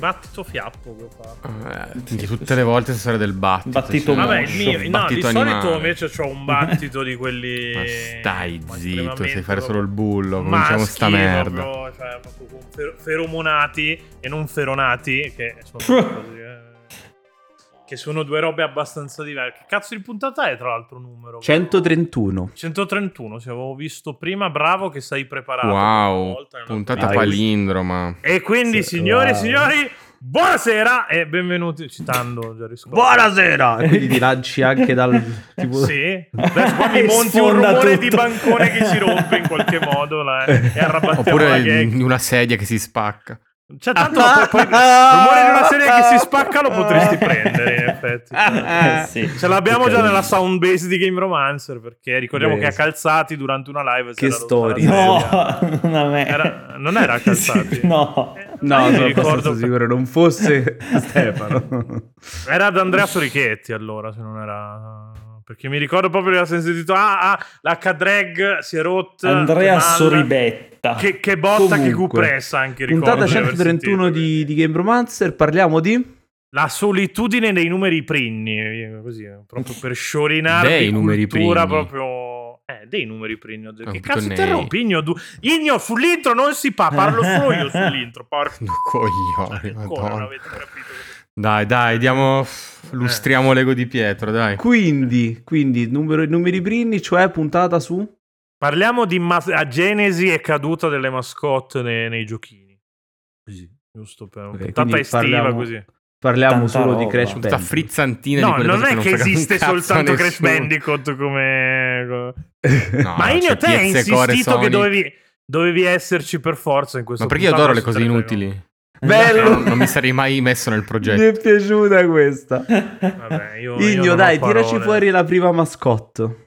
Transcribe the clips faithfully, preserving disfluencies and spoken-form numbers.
battito fiappo che ho fatto. Eh, di tutte le volte storia del battito. Battito cioè, Vabbè, il mio, no, battito di solito animale. invece c'ho un battito di quelli. Ma stai ma zitto, estremamente sai fare solo il proprio bullo. Cominciamo maschi, sta merda. Proprio, cioè, proprio con fer- feromonati e non feronati, che sono due cose, eh, che sono due robe abbastanza diverse. Che cazzo di puntata è, tra l'altro, numero? centotrentuno. centotrentuno, se avevo visto prima. Bravo che sei preparato. Wow, volta, puntata Vai. palindroma. E quindi, Sì, signori e wow. signori, buonasera e benvenuti, citando Jerry Scott. Buonasera! E quindi ti lanci anche dal tipo... Sì, adesso qua mi monti un Sfonda rumore tutto. di bancone che si rompe in qualche modo là, eh, e arrabattiamo la Oppure gag. di una sedia che si spacca. Cioè, tanto poi, poi il rumore di una serie che si spacca lo potresti prendere, in effetti. Cioè, Eh, sì. ce l'abbiamo già Ok. nella sound base di Game Romancer, perché ricordiamo Beh, che a sì. Calzati durante una live Che si era rotta storia. la sedia. No, non a me. Era- non era a Calzati? No. No, Io mi sono ricordo abbastanza sicuro non fosse Stefano. era ad Andrea Sorichetti, allora, se non era... Perché mi ricordo proprio la sensibilità. Ah, ah, l'H drag si è rotta. Andrea che malla. Soribetta. Che, che botta, che Comunque, cupressa anche, ricordo Puntata di aver centotrentuno sentito. di, di Game Romancer, parliamo di... La solitudine dei numeri prinni, così, proprio per sciorinarvi Dei numeri cultura prinni. proprio... Eh, dei numeri prinni. ho detto. Ho Che detto cazzo nei. interrompi, Igno? Du- Igno, sull'intro non si fa, parlo solo io sull'intro, porco. Coglioni, Come non madonna. avete capito? Dai, dai, diamo... Lustriamo l'ego di Pietro, dai. Quindi, quindi numero, numeri primi, cioè puntata su... Parliamo di ma- a genesi e caduta delle mascotte nei, nei giochini. Così, giusto per una Ok, puntata quindi estiva parliamo- così. Parliamo Tanta solo di roba. Crash Tutta Bandicoot. frizzantina di No, quelle non cose è che che fregano un esiste cazzo a soltanto Crash nessuno. Bandicoot come... No, Ma c'è Igno, te hai P S Core, insistito che Sonic. dovevi, dovevi esserci per forza in questa Ma perché io puntata, adoro le adesso cose te ne inutili. Bello! Non, non mi sarei mai messo nel Mi progetto. è piaciuta questa. frego. Vabbè, io, io Igno, non ho dai, parole. tiraci fuori la prima mascotte.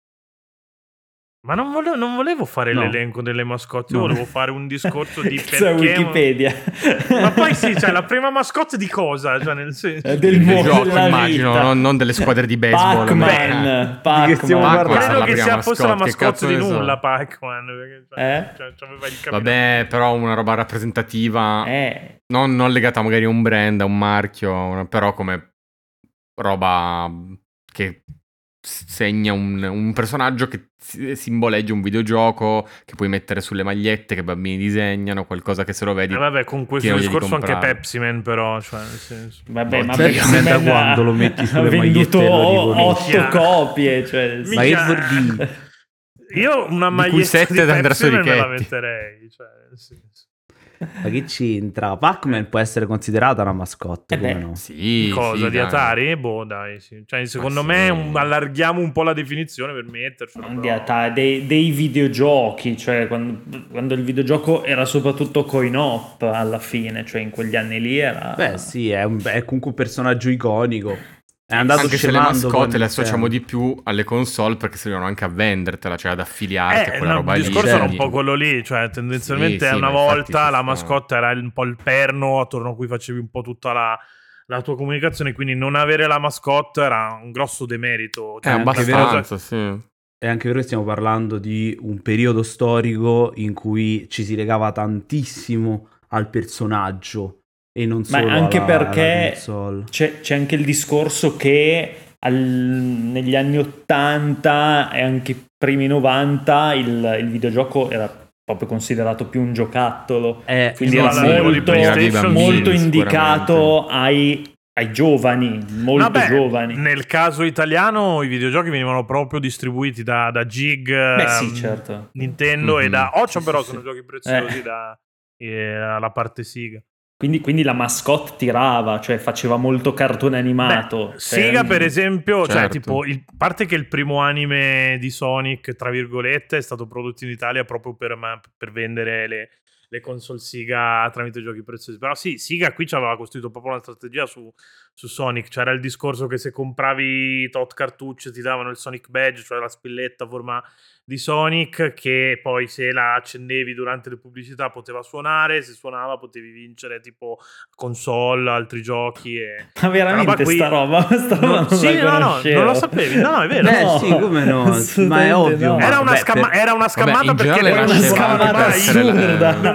Ma non volevo, non volevo fare No. l'elenco delle mascotte, io No. volevo fare un discorso di Cazzo, perché... Wikipedia. Ma poi sì, cioè la prima mascotte di cosa? Cioè nel senso... Eh, del Del mondo gioco, della immagino, vita. non, non delle squadre di baseball. Pac-Man. ma- Di che stiamo Pac-Man. parlando? Pac-Man. Credo la che prima sia fosse la mascotte, che mascotte cazzo di ne so? nulla, Pac-Man. Perché, cioè, Eh? cioè, c'aveva il capello. Vabbè, però una roba rappresentativa, Eh. non, non legata magari a un brand, a un marchio, una- però come roba che s- segna un, un personaggio che si- simboleggia un videogioco che puoi mettere sulle magliette che i bambini disegnano, qualcosa che se lo vedi. Eh, vabbè, con questo Tienigli di discorso anche comprare. Pepsi Man, però, cioè, nel senso... Vabbè, ma Pepsi Man da Pepsi Man quando ha- lo metti sulle ha venduto magliette e lo riconosci? otto copie, cioè, Mi- Ma Mica- che vuol dire? Io una Di cui maglietta sette di da Andrea Pepsi Man me la Sorichetti. metterei, cioè, nel senso... Ma che c'entra? Pac-Man può essere considerata una mascotte, Eh come beh. no? Sì, Cosa sì, di dai. Atari? Boh, dai, sì. Cioè, secondo sì. me un- allarghiamo un po' la definizione per mettercelo. non però- di Atari, dei, dei videogiochi, cioè quando, quando il videogioco era soprattutto coin-op alla fine, cioè in quegli anni lì era... Beh, sì, è, un- è comunque un personaggio iconico. È andato Anche se le scemando mascotte con le il associamo tempo. di più alle console perché servivano anche a vendertela, cioè ad affiliarti a Eh, quella no, roba il lì. discorso era un Quindi- po' quello lì, cioè tendenzialmente Sì, sì, una ma infatti volta ci la sta. mascotte era un po' il perno attorno a cui facevi un po' tutta la, la tua comunicazione, quindi non avere la mascotte era un grosso demerito. È Cioè, anche abbastanza, sì. È anche vero che stiamo parlando di un periodo storico in cui ci si legava tantissimo al personaggio e non Ma solo anche alla, perché alla console. c'è, c'è anche il discorso che al- negli anni ottanta e anche i primi novanta il, il videogioco era proprio considerato più un giocattolo, Eh, quindi no, era l'arrivo di molto, PlayStation, molto sì, indicato ai, ai giovani, molto Vabbè, giovani. nel caso italiano i videogiochi venivano proprio distribuiti da, da Gig, Beh sì, ehm, certo. Nintendo e Mhm. da Ocho, Sì, però sì, sono sì. giochi preziosi Eh. da eh, la parte Siga. Quindi, quindi la mascotte tirava, cioè faceva molto cartone animato. Beh, cioè- Sega per esempio, cioè Certo. tipo, il, a parte che il primo anime di Sonic, tra virgolette, è stato prodotto in Italia proprio per, ma- per vendere le, le console Sega tramite giochi preziosi. Però sì, Sega qui ci aveva costruito proprio una strategia su, su Sonic. C'era il discorso che se compravi tot cartucce ti davano il Sonic Badge, cioè la spilletta a forma di Sonic, che poi se la accendevi durante le pubblicità poteva suonare, se suonava potevi vincere tipo console, altri giochi e... Ma veramente roba qui- sta roba, sta roba No, non sì, la no, no, conoscevo. non lo sapevi, no, no, è vero. Beh, No, sì, come no? assolutamente Ma è ovvio. no. ma Era una, vabbè, scamma- per- era una scammata in perché generale non era una usavano scammata mai- assurda. non,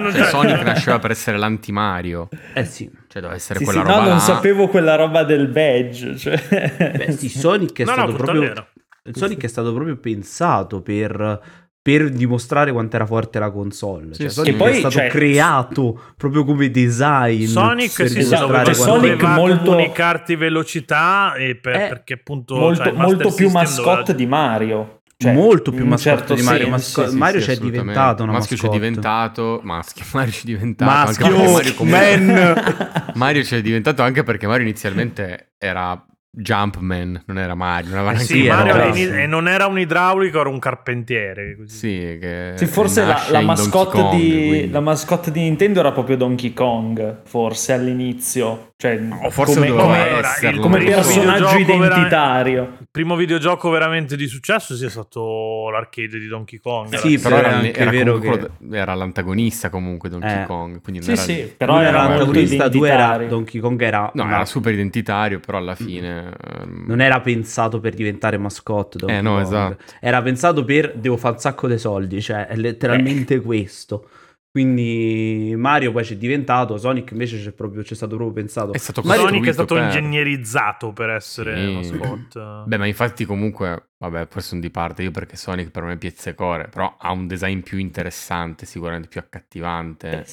non Cioè, c'è- Sonic nasceva per essere l'anti-Mario. Eh sì. Cioè, doveva essere Sì, quella sì, roba no, là. non sapevo quella roba del badge. Cioè... Beh, sì, Sonic è No, no, stato tutta proprio vera. Sonic è stato proprio pensato per, per dimostrare quanto era forte la console. Sì, Cioè, sì. Sonic Che poi, è stato cioè, creato proprio come design Sonic per sì, sì, esatto, dove dimostrare cioè, quanto Sonic doveva molto- comunicarti velocità e per- Eh, perché appunto molto, cioè, il Master molto più System mascotte doveva- di Mario. Cioè, molto più in un mascotte certo di Mario. senso, masco- sì, sì. Mario c'è assolutamente. diventato una Maschio c'è mascotte. diventato maschio Mario c'è diventato anche Maschio, perché Mario comunque- man. Mario c'è diventato anche perché Mario inizialmente era Jumpman, non era Mario, non aveva Eh neanche sì, Sì, era Mario già- all'inizio- e non era un idraulico, era un carpentiere. Così. sì, che Sì, forse la, nasce la in Donkey mascotte Kong, di, quindi- la mascotte di Nintendo era proprio Donkey Kong, forse all'inizio. Cioè, O forse come, doveva come- esserlo, come non lo so. personaggio Videogioco vera- identitario. Il primo videogioco veramente di successo sia stato l'arcade di Donkey Kong. Sì, Era- però Sì, era, è anche era vero comunque che- quello- era l'antagonista comunque Donkey Eh. Kong, quindi non Sì, era sì, però Uno era era molto l'antagonista, due era identitario. Donkey Kong era No, una- era super identitario, però alla fine ehm, non era pensato per diventare mascotte Donkey Eh, no, Kong. esatto. Era pensato per devo fare un sacco di soldi, cioè è letteralmente questo. Quindi Mario poi c'è diventato, Sonic invece c'è proprio c'è stato proprio pensato. è stato Sonic costruito è stato per- ingegnerizzato per essere Sì. mascotte. Beh, ma infatti comunque, vabbè, poi sono di parte io perché Sonic per me è pizzecore, però ha un design più interessante, sicuramente più accattivante.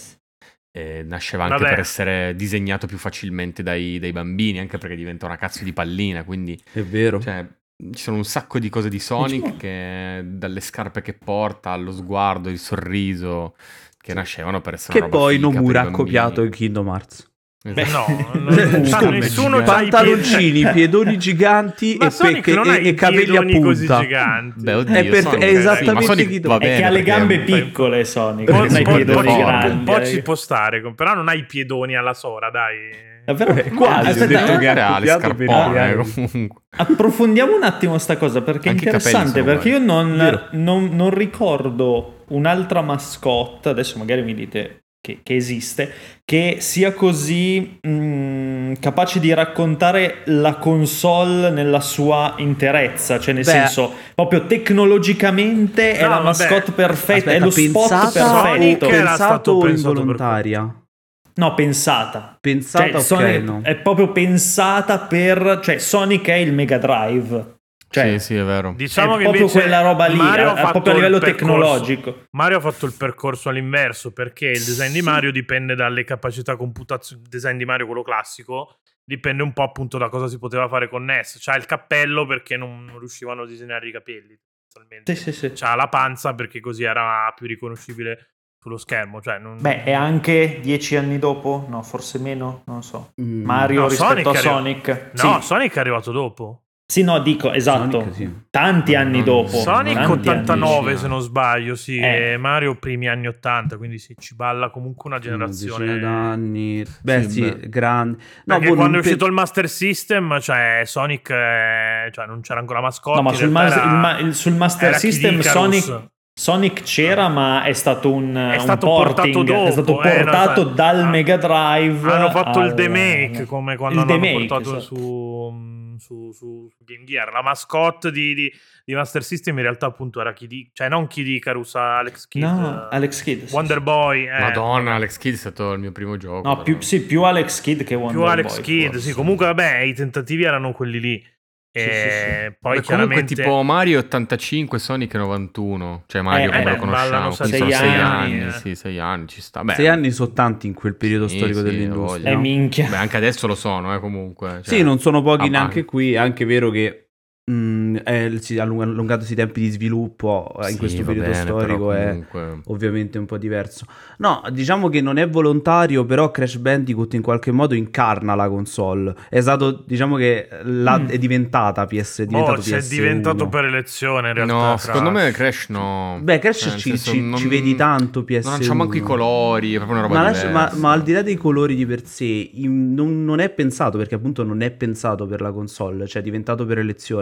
E nasceva anche Vabbè. per essere disegnato più facilmente dai, dai bambini, anche perché diventa una cazzo di pallina, quindi È vero. cioè, ci sono un sacco di cose di Sonic Diciamo- che dalle scarpe che porta, allo sguardo, il sorriso, che nascevano per essere Che una roba poi figa per Nomura i ha bambini. copiato in Kingdom Hearts. Beh, Esatto. no, non- Come nessuno gigante. c'ha i Pantaloncini, piedoni giganti Ma e, Sonic pecche- non ha e, e i capelli a piedoni così punta. giganti. Beh, oddio, È per- Sonic- è esattamente sì, ma Sonic chi- va È bene che ha le perché- gambe fai- piccole Sonic, Po- non ha i po- piedoni po- grandi. un po' eh. ci può stare, però non hai i piedoni alla Sora, dai. Davvero? Eh, quasi, ho Aspetta, detto che ha reale, copiato per scarpone, i comunque. approfondiamo un attimo sta cosa perché è Anche i capelli interessante, sono perché io non, Vero. non- non ricordo un'altra mascotte, adesso magari mi dite che, che esiste, che sia così mh, capace di raccontare la console nella sua interezza, cioè nel Beh. senso proprio tecnologicamente è No, la vabbè. mascotte perfetta, è Aspetta, lo spot pensata o, perfetto. Sonic era pensato stato o pensato per involontaria? No, pensata. Pensata, Cioè, ok, Sonic no. è proprio pensata per... Cioè, Sonic è il Mega Drive. Cioè, Sì, sì, è vero. Diciamo è che proprio invece quella roba lì, Mario a- ha fatto proprio a livello il percorso- tecnologico. Mario ha fatto il percorso all'inverso perché il design di Mario dipende dalle capacità computazionali. Il design di Mario, quello classico, dipende un po' appunto da cosa si poteva fare con N E S. C'ha il cappello perché non non riuscivano a disegnare i capelli. Sì, sì, sì. C'ha la panza perché così era più riconoscibile sullo schermo. Cioè, non... Beh, è anche dieci anni dopo? No, forse meno, non so. Mm. Mario No, rispetto a Sonic è Sonic. No, Sì. Sonic è arrivato dopo. Sì, no, dico, esatto. Sonic, sì. Tanti anni Non- dopo. Sonic tanti ottantanove anni. se non sbaglio, sì, Eh. e Mario primi anni ottanta, quindi sì, ci balla comunque una Una generazione. decina d'anni. Beh, Sì, sì, beh. grande. No, Perché boh, quando non è pe- uscito il Master System, cioè Sonic, eh, cioè non c'era ancora mascotte. No, ma in sul, realtà mas- era- il ma- il- sul Master era Kid System Icarus. Sonic, Sonic c'era, ma è stato un, È un stato porting, portato dopo, è stato eh, no, portato sai, dal ah, Mega Drive. Hanno fatto il al- demake come quando il hanno demake, portato esatto. su, su, su Game Gear. La mascotte di, di, di Master System in realtà appunto era Kid I- cioè non Kid Icarus, Alex Kidd. No, eh, Alex Kidd. sì, Wonder sì. Boy. eh. Madonna, Alex Kidd è stato il mio primo gioco. No, più, però. sì, più Alex Kidd che Wonder Più Alex Boy, Kidd, forse. sì, comunque vabbè, i tentativi erano quelli lì. Sì, E sì, sì. poi Beh, comunque chiaramente tipo Mario ottantacinque, Sonic novantuno. Cioè Mario Eh, come eh, lo conosciamo, ballano quindi sei sono sei anni, anni. eh. Sì, sei anni, ci sta. Beh, Sei anni sono tanti in quel periodo Sì, storico sì, dell'industria. voglio. Eh, no? minchia. beh, anche adesso lo sono, eh, comunque. Cioè, Sì, non sono pochi ah, neanche ma- qui. È anche vero che mh, è, sì, allung- allungatosi i tempi di sviluppo eh, in Sì, questo va periodo bene, però storico è comunque- ovviamente un po' diverso. No, diciamo che non è volontario, però Crash Bandicoot in qualche modo incarna la console. È stato, diciamo che la, Mm. è diventata P S, è oh, diventato c'è P S diventato uno. per elezione in realtà. No, Crash. secondo me Crash no. Beh, Crash Cioè, nel ci, senso, ci- non- ci vedi tanto P S uno. Non c'ha manco i colori, è proprio una roba Ma, lascia- ma- diversa. ma al di là dei colori di per sé, in- non, non è pensato, perché appunto non è pensato per la console, cioè è diventato per elezione,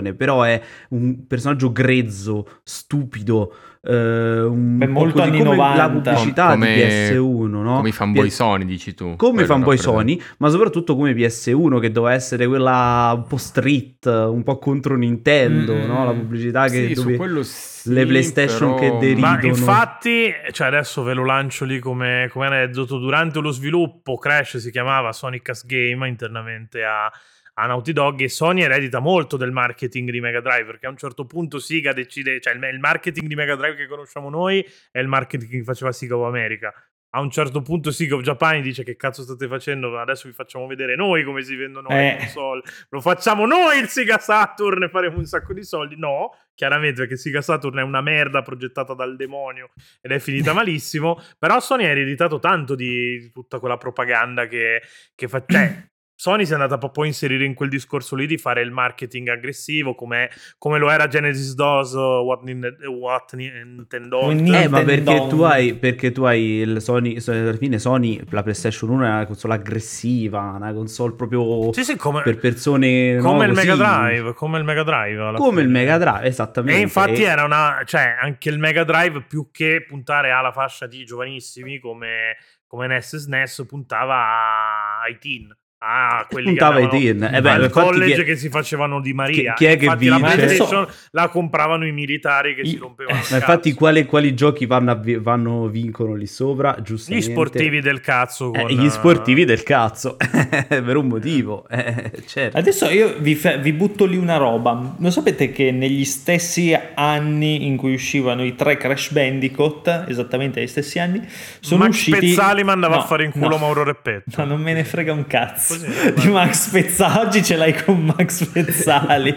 carne, però è un personaggio grezzo, stupido, eh, un Beh, po' molto così, anni come la novanta. pubblicità Come- di P S uno, no? Come i fanboy P- Sony, dici tu. Come i Quello fanboy rappresenta. Sony, ma soprattutto come P S uno, che doveva essere quella un po' street, un po' contro Nintendo, Mm. no? La pubblicità che Sì, dove su quello sì, le PlayStation però- che deridono. Ma infatti, cioè adesso ve lo lancio lì come, come aneddoto, durante lo sviluppo Crash si chiamava Sonic as Game internamente a, a Naughty Dog, e Sony eredita molto del marketing di Mega Drive, perché a un certo punto Sega decide, cioè il, il marketing di Mega Drive che conosciamo noi è il marketing che faceva Sega of America. A un certo punto Sega of Japan dice: che cazzo state facendo? Adesso vi facciamo vedere noi come si vendono le Eh. console. Lo facciamo noi il Sega Saturn e faremo un sacco di soldi. No, chiaramente, perché Sega Saturn è una merda progettata dal demonio ed è finita malissimo. Però Sony ha ereditato tanto di, di tutta quella propaganda che, che fa. Cioè, Sony si è andata proprio a inserire in quel discorso lì di fare il marketing aggressivo, come, come lo era Genesis DOS, uh, What, Nin- What Nintendo. Quindi- Eh, ma perché Nintendo. tu hai, perché tu hai il Sony, alla fine Sony, la PlayStation uno è una console aggressiva, una console proprio Sì, sì, come, per persone, no, come il così. Mega Drive, come il Mega Drive. alla Come il fine. Mega Drive, esattamente. E infatti E- era una, cioè anche il Mega Drive, più che puntare alla fascia di giovanissimi come, come N E S e S N E S, puntava a- ai teen. Ah, quelli Puntava che ai andavano teen. Eh beh, al infatti college chi è- che si facevano di Maria. chi- chi è che Infatti la vince? PlayStation la compravano i militari che I- si rompevano il Ma infatti cazzo. quali, quali giochi vanno, a vi- vanno vincono lì sopra? Gli Giustamente. sportivi del cazzo Eh, con, gli sportivi del cazzo. Per un motivo. Eh, certo. Adesso io vi, fa- vi butto lì una roba. Lo sapete che negli stessi anni in cui uscivano i tre Crash Bandicoot, esattamente negli stessi anni, sono Max usciti... Pezzali mandava No, a fare in culo no. Mauro Reppetto. No, non me ne frega un cazzo Così, di guarda. Max Pezzali. Oggi ce l'hai con Max Pezzali.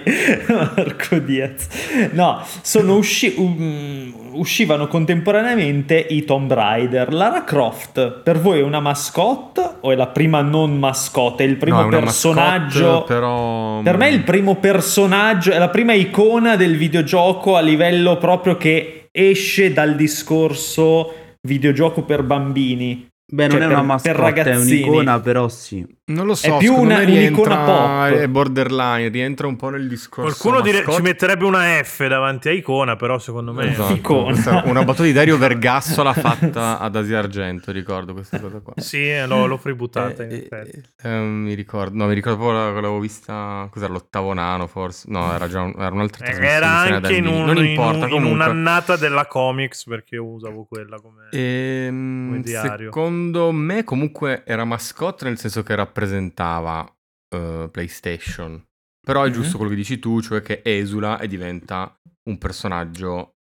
Marco Diaz. No, sono usci- um, uscivano contemporaneamente i Tomb Raider. Lara Croft, per voi è una mascotte o è la prima non mascotte? È il primo No, è una personaggio... mascotte, però... Per me è il primo personaggio, è la prima icona del videogioco a livello proprio che esce dal discorso videogioco per bambini. Beh, non Cioè, è per- una per mascotte, è ragazzini. un'icona, però sì. Non lo so, È più secondo una- me rientra, un'icona pop. è borderline, rientra un po' nel discorso. Qualcuno dire- mascotte. ci metterebbe una F davanti a icona, però secondo me... Esatto. Icona. Questa è una battuta di Dario Vergassola fatta ad Asia Argento, ricordo questa cosa qua. Sì, l'ho, l'ho freebootata in Eh, effetti. eh, eh, mi ricordo, no, mi ricordo proprio che l'avevo vista, cos'era, l'ottavo nano forse? No, era già un- era un'altra Eh, trasmissione. Era da anche in, bambini. un- non in importa, un- in comunque. un'annata della comics, perché io usavo quella come... Ehm, come diario. secondo me comunque era mascotte nel senso che rappresentava eh, PlayStation. Però è Mhm. giusto quello che dici tu, cioè che esula e diventa un personaggio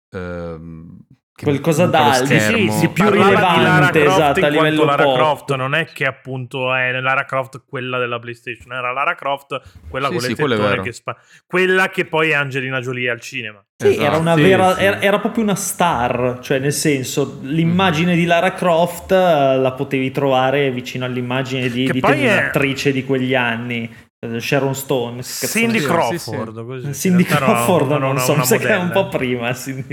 ehm, che Qualcosa punta allo d'alto, Sì, sì, schermo. si più parlava rilevante, di Lara Croft esatto, a in quanto livello Lara pop. Croft non è che appunto è Lara Croft quella della PlayStation, era Lara Croft quella Sì, con sì, le quello è tettone vero. che spa- quella che poi è Angelina Jolie al cinema. Sì, Esatto, era una sì, vera, sì. Era, era proprio una star, cioè nel senso l'immagine di Lara Croft eh, la potevi trovare vicino all'immagine di, Che di poi è- un'attrice di quegli anni, eh, Sharon Stone. che cazzo Cindy ne sì, so. Crawford, così. Cindy In realtà era Crawford, una- non una- so, una mi sa che è un modella. po' prima. Cindy...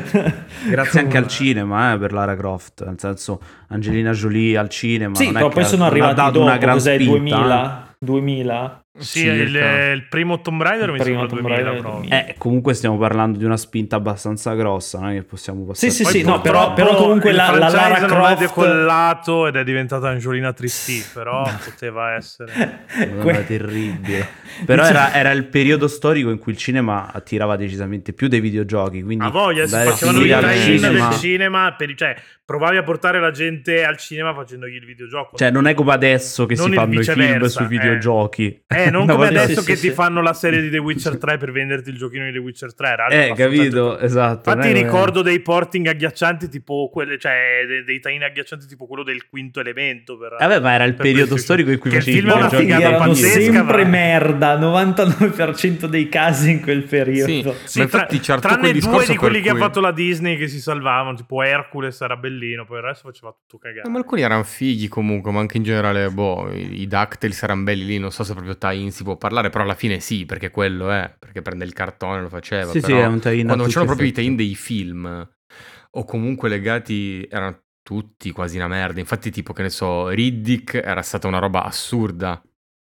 Grazie anche al cinema, eh, per Lara Croft. Nel senso, Angelina Jolie al cinema. Sì, non è però che poi ha- sono non ha arrivati dato dopo, una gran cos'è, spinta, duemila? duemila? Sì, Circa. il, il primo Tomb Raider Il mi primo sembra Tomb duemila Raider proprio. duemila. eh. Eh, comunque stiamo parlando di una spinta abbastanza grossa, non è che possiamo passare. Sì, sì, Poi sì, no, però, purtroppo però comunque il la, la franchise Lara non è Croft... decollato ed è diventata Angelina Tristi, però poteva essere... Era Que- terribile. Però era, era il periodo storico in cui il cinema attirava decisamente più dei videogiochi. Quindi A voglia, si andare facevano sì, i al train cinema- del cinema, per, cioè provavi a portare la gente al cinema facendogli il videogioco. Cioè, non è come adesso che Non si il fanno i film viceversa, sui eh. videogiochi. Eh, non Una come volta- adesso sì, che sì, ti sì. fanno la serie di The Witcher tre per venderti il giochino di The Witcher tre. era Eh, assolutamente- capito? Esatto. non Infatti è come- ricordo dei porting agghiaccianti tipo quelle, cioè dei, dei tie-in agghiaccianti tipo quello del quinto elemento. Per, Eh beh, ma era il per periodo PlayStation. storico in cui Che il facevi film è una videogiochi. Quindi figata erano pazzesca, sempre ma- merda, novantanove per cento dei casi in quel periodo. Sì, Sì, ma infatti tra- certo tranne quel due discorso di quelli per che ha cui- fatto la Disney che si salvavano, tipo Hercules era bellino, poi il resto faceva tutto cagare. Eh, ma alcuni erano fighi comunque, ma anche in generale, boh, i, i DuckTales erano belli lì, non so se proprio tie-in si può parlare, però alla fine sì, perché quello è, perché prende il cartone e lo faceva. Sì, sì, però è un tie-in a quando tutti facevano gli proprio i effetti. tie-in dei film, o comunque legati, erano tutti quasi una merda. Infatti tipo, che ne so, Riddick era stata una roba assurda,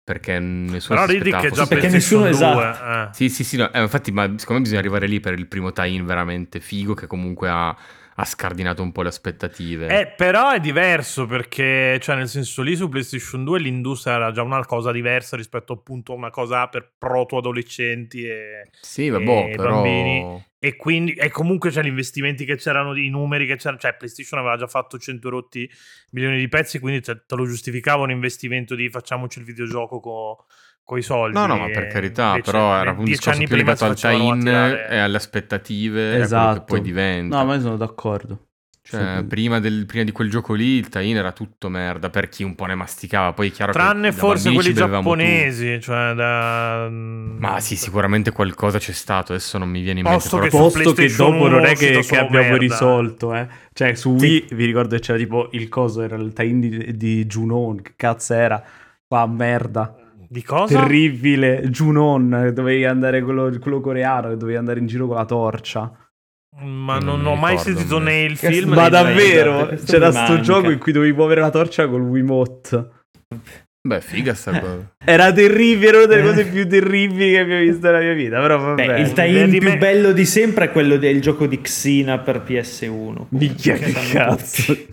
perché nessuno Però si Riddick è aspettava già fosse- perché PlayStation nessuno- due. esatto. eh. Sì, sì, sì, no, eh, infatti, ma secondo me bisogna arrivare lì per il primo tie-in veramente figo che comunque ha, ha scardinato un po' le aspettative. Eh, però è diverso perché, cioè, nel senso, lì su PlayStation due l'industria era già una cosa diversa rispetto appunto a una cosa per proto-adolescenti e, Sì, vabbè, e però... bambini. E quindi, e comunque c'è gli investimenti che c'erano, i numeri che c'erano, cioè PlayStation aveva già fatto cento rotti milioni di pezzi, quindi te, te lo giustificava un investimento di facciamoci il videogioco con i soldi. No, no, ma per E carità, invece, però era un dieci discorso anni più prima legato si al facevano tie-in attirare- e alle aspettative e a quello Esatto. che poi diventa. No, ma io sono d'accordo. Cioè, Sì. prima, del- prima di quel gioco lì il tie-in era tutto merda per chi un po' ne masticava. Poi è chiaro Tranne che da forse bambini quelli ci bevevamo giapponesi, cioè da... Ma sì, sicuramente qualcosa c'è stato, adesso non mi viene in mente. Posto però- che su Posto che PlayStation dopo non uno è è che, uscito che solo abbiamo merda. risolto, eh. Cioè, su Wii vi ricordo che c'era tipo il coso, era il tie-in di, di Junon, che cazzo era? Qua merda. Di cosa? Terribile, Junon, dovevi andare quello, quello coreano, che dovevi andare in giro con la torcia. Ma Non non mi ho mai ricordo, sentito a me. né il Che film Ma Ma né il davvero? trailer. questo C'era mi sto manca. gioco in cui dovevi muovere la torcia col Wiimote. Beh, figa sta cosa. Era terribile, era una delle cose più terribili che abbia visto nella mia vita. Però vabbè. Beh, il L'idea tie-in di più me- bello di sempre è quello del gioco di Xena per P S uno. Minchia, che Sanno cazzo. tutti.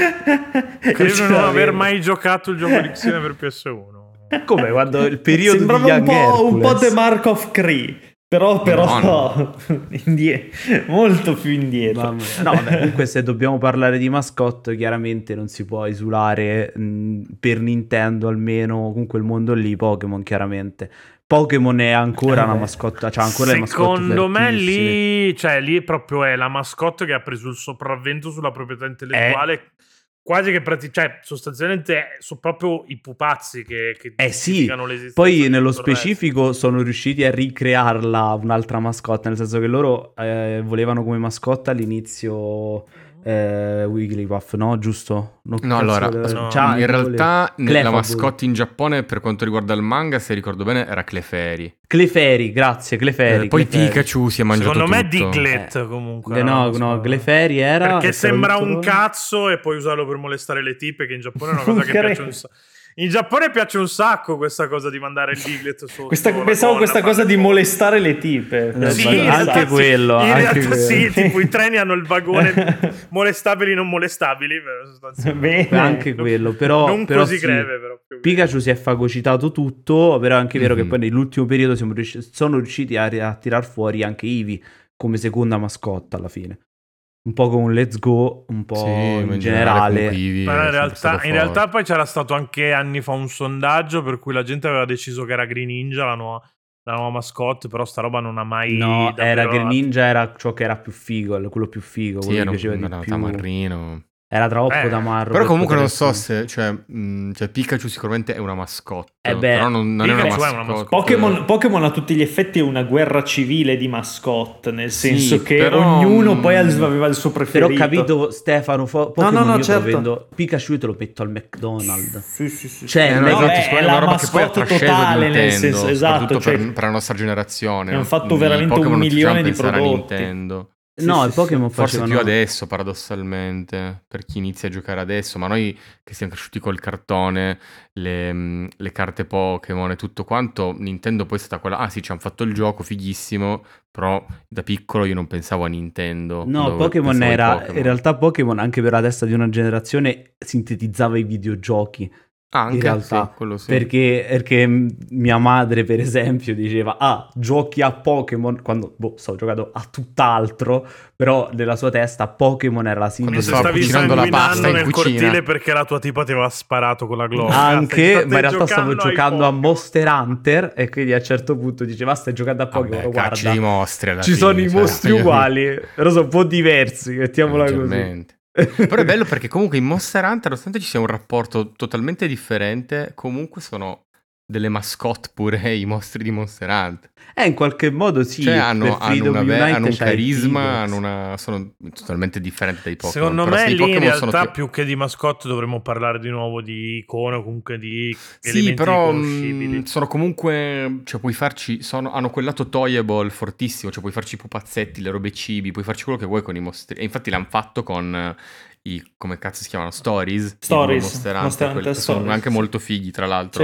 Credo Ce di non aver l'avevo. mai giocato il gioco di Xena per P S uno. Come quando il periodo Sembrava di un Young po', un po' Hercules. The Mark of Cree. Però, però No, indie- molto più indietro. Mamma mia. No, vabbè, comunque se dobbiamo parlare di mascotte, chiaramente non si può esulare mh, per Nintendo almeno, comunque il mondo lì, Pokémon chiaramente. Pokémon è ancora Eh una beh. mascotte, cioè ancora le mascotte Secondo me fortissime. lì, cioè lì proprio è la mascotte che ha preso il sopravvento sulla proprietà intellettuale. Quasi che prati- cioè, sostanzialmente sono proprio i pupazzi che, che Eh sì, giustificano l'esistenza poi di nello tutto il resto. specifico sono riusciti a ricrearla un'altra mascotte, nel senso che loro eh, volevano come mascotta all'inizio eh, Wigglypuff, no? Giusto? No, No, allora, cazzo, no. Ciao, in realtà ne- la Clefable. mascotte in Giappone per quanto riguarda il manga, se ricordo bene, era Clefairy. Clefairy, grazie, Clefairy. Eh, poi Clefairy. Pikachu si è mangiato Secondo me tutto. Diglett comunque. Eh, era no, una no, cosa- Clefairy era... Perché è stato sembra tutto un loro. cazzo e puoi usarlo per molestare le tipe, che in Giappone è una cosa che Credo. piace un sacco. In Giappone piace un sacco questa cosa di mandare il Diglett sotto. Questa, la pensavo gonna, questa fare cosa di le cose. molestare le tipe. Eh, Sì, anche in realtà quello, sì. In anche realtà quello. sì, tipo i treni hanno il vagone molestabili non molestabili, però sostanzialmente. Bene. Anche quello, però... non però così sì. greve, però. più Pikachu si è fagocitato tutto, però è anche vero Mhm. che poi nell'ultimo periodo siamo riusci- sono riusciti a, a tirar fuori anche Eevee come seconda mascotta alla fine. Un po' con Let's Go, un po' Sì, ma in generale. comunque Eevee Però è in sempre realtà, stato in forte. realtà poi c'era stato anche anni fa un sondaggio per cui la gente aveva deciso che era Green Ninja la nuova, la nuova mascotte, però sta roba non ha mai No, davvero- era che il ninja era ciò che era più figo, quello più figo, Sì, quello era che piaceva un di era più. tamarrino. Era troppo Eh, tamarro. Però per comunque non poter so essere- se... Cioè, mh, cioè, Pikachu sicuramente è una mascotte. Eh beh, però non, non è una Pikachu è mascotte. una mascotte. Pokémon, Pokémon a tutti gli effetti è una guerra civile di mascotte, nel senso che però, ognuno poi mm, aveva il suo Però preferito. ho capito, Stefano, fo- No, Pokémon no, no, io te lo certo. vendo. Pikachu io te lo metto al McDonald's. Sì, sì, sì. Cioè, Eh, non no, è no, che- esatto, beh, secondo è me la una roba che poi ha mascotte trasceso totale, nel Nintendo, senso, esatto, soprattutto cioè- per, per la nostra generazione. hanno fatto I veramente Pokémon un non ci facevano milione di pensare a prodotti. Nintendo. Sì, no, sì, i sì. Pokémon Forse facevano... più adesso, paradossalmente, per chi inizia a giocare adesso, ma noi che siamo cresciuti col cartone, le, mh, le carte Pokémon e tutto quanto, Nintendo poi è stata quella, ah sì, ci hanno fatto il gioco, fighissimo, però da piccolo io non pensavo a Nintendo. No, dove Pokémon pensavo ai era... Pokémon. In realtà Pokémon, anche per la testa di una generazione, sintetizzava i videogiochi. Anche, in realtà, sì, quello sì. Perché, perché mh, mia madre, per esempio, diceva: ah, giochi a Pokémon. Quando boh, stavo giocando a tutt'altro, però nella sua testa Pokémon era la Quando Se sintesi. stava stavi cucinando la sanguinando pasta in nel cucina. cortile perché la tua tipa ti aveva sparato con la gloria. Anche, Stai- ma in stai realtà stavo ai giocando a Pokémon. Monster Hunter. E quindi a un certo punto diceva: stai giocando a Pokémon. Vabbè, Guarda, cacci di mostri alla ci fine, sono i cioè, mostri io- uguali, però sono un po' diversi. Mettiamola così. Leggermente. Però è bello perché comunque in Monster Hunter, nonostante ci sia un rapporto totalmente differente, comunque sono delle mascotte pure i mostri di Monster Hunter. Eh, in qualche modo sì. Cioè hanno, per hanno, Freedom una ve- Unite hanno un c'hai il carisma, Tigrex. hanno una, sono totalmente differenti dai Pokémon. Secondo Però me se i lì in Pokémon sono realtà più- più che di mascotte dovremmo parlare di nuovo di icone o comunque di Sì, elementi però riconoscibili. mh, sono comunque, cioè puoi farci, sono, hanno quel lato toyable fortissimo, cioè puoi farci i pupazzetti, le robe cibi, puoi farci quello che vuoi con i mostri. E infatti l'hanno fatto con eh, i, come cazzo si chiamano, Stories? I Stories, Monster Hunter, Monster quelli Hunter che sono Stories, anche sì. molto fighi tra l'altro. Sì.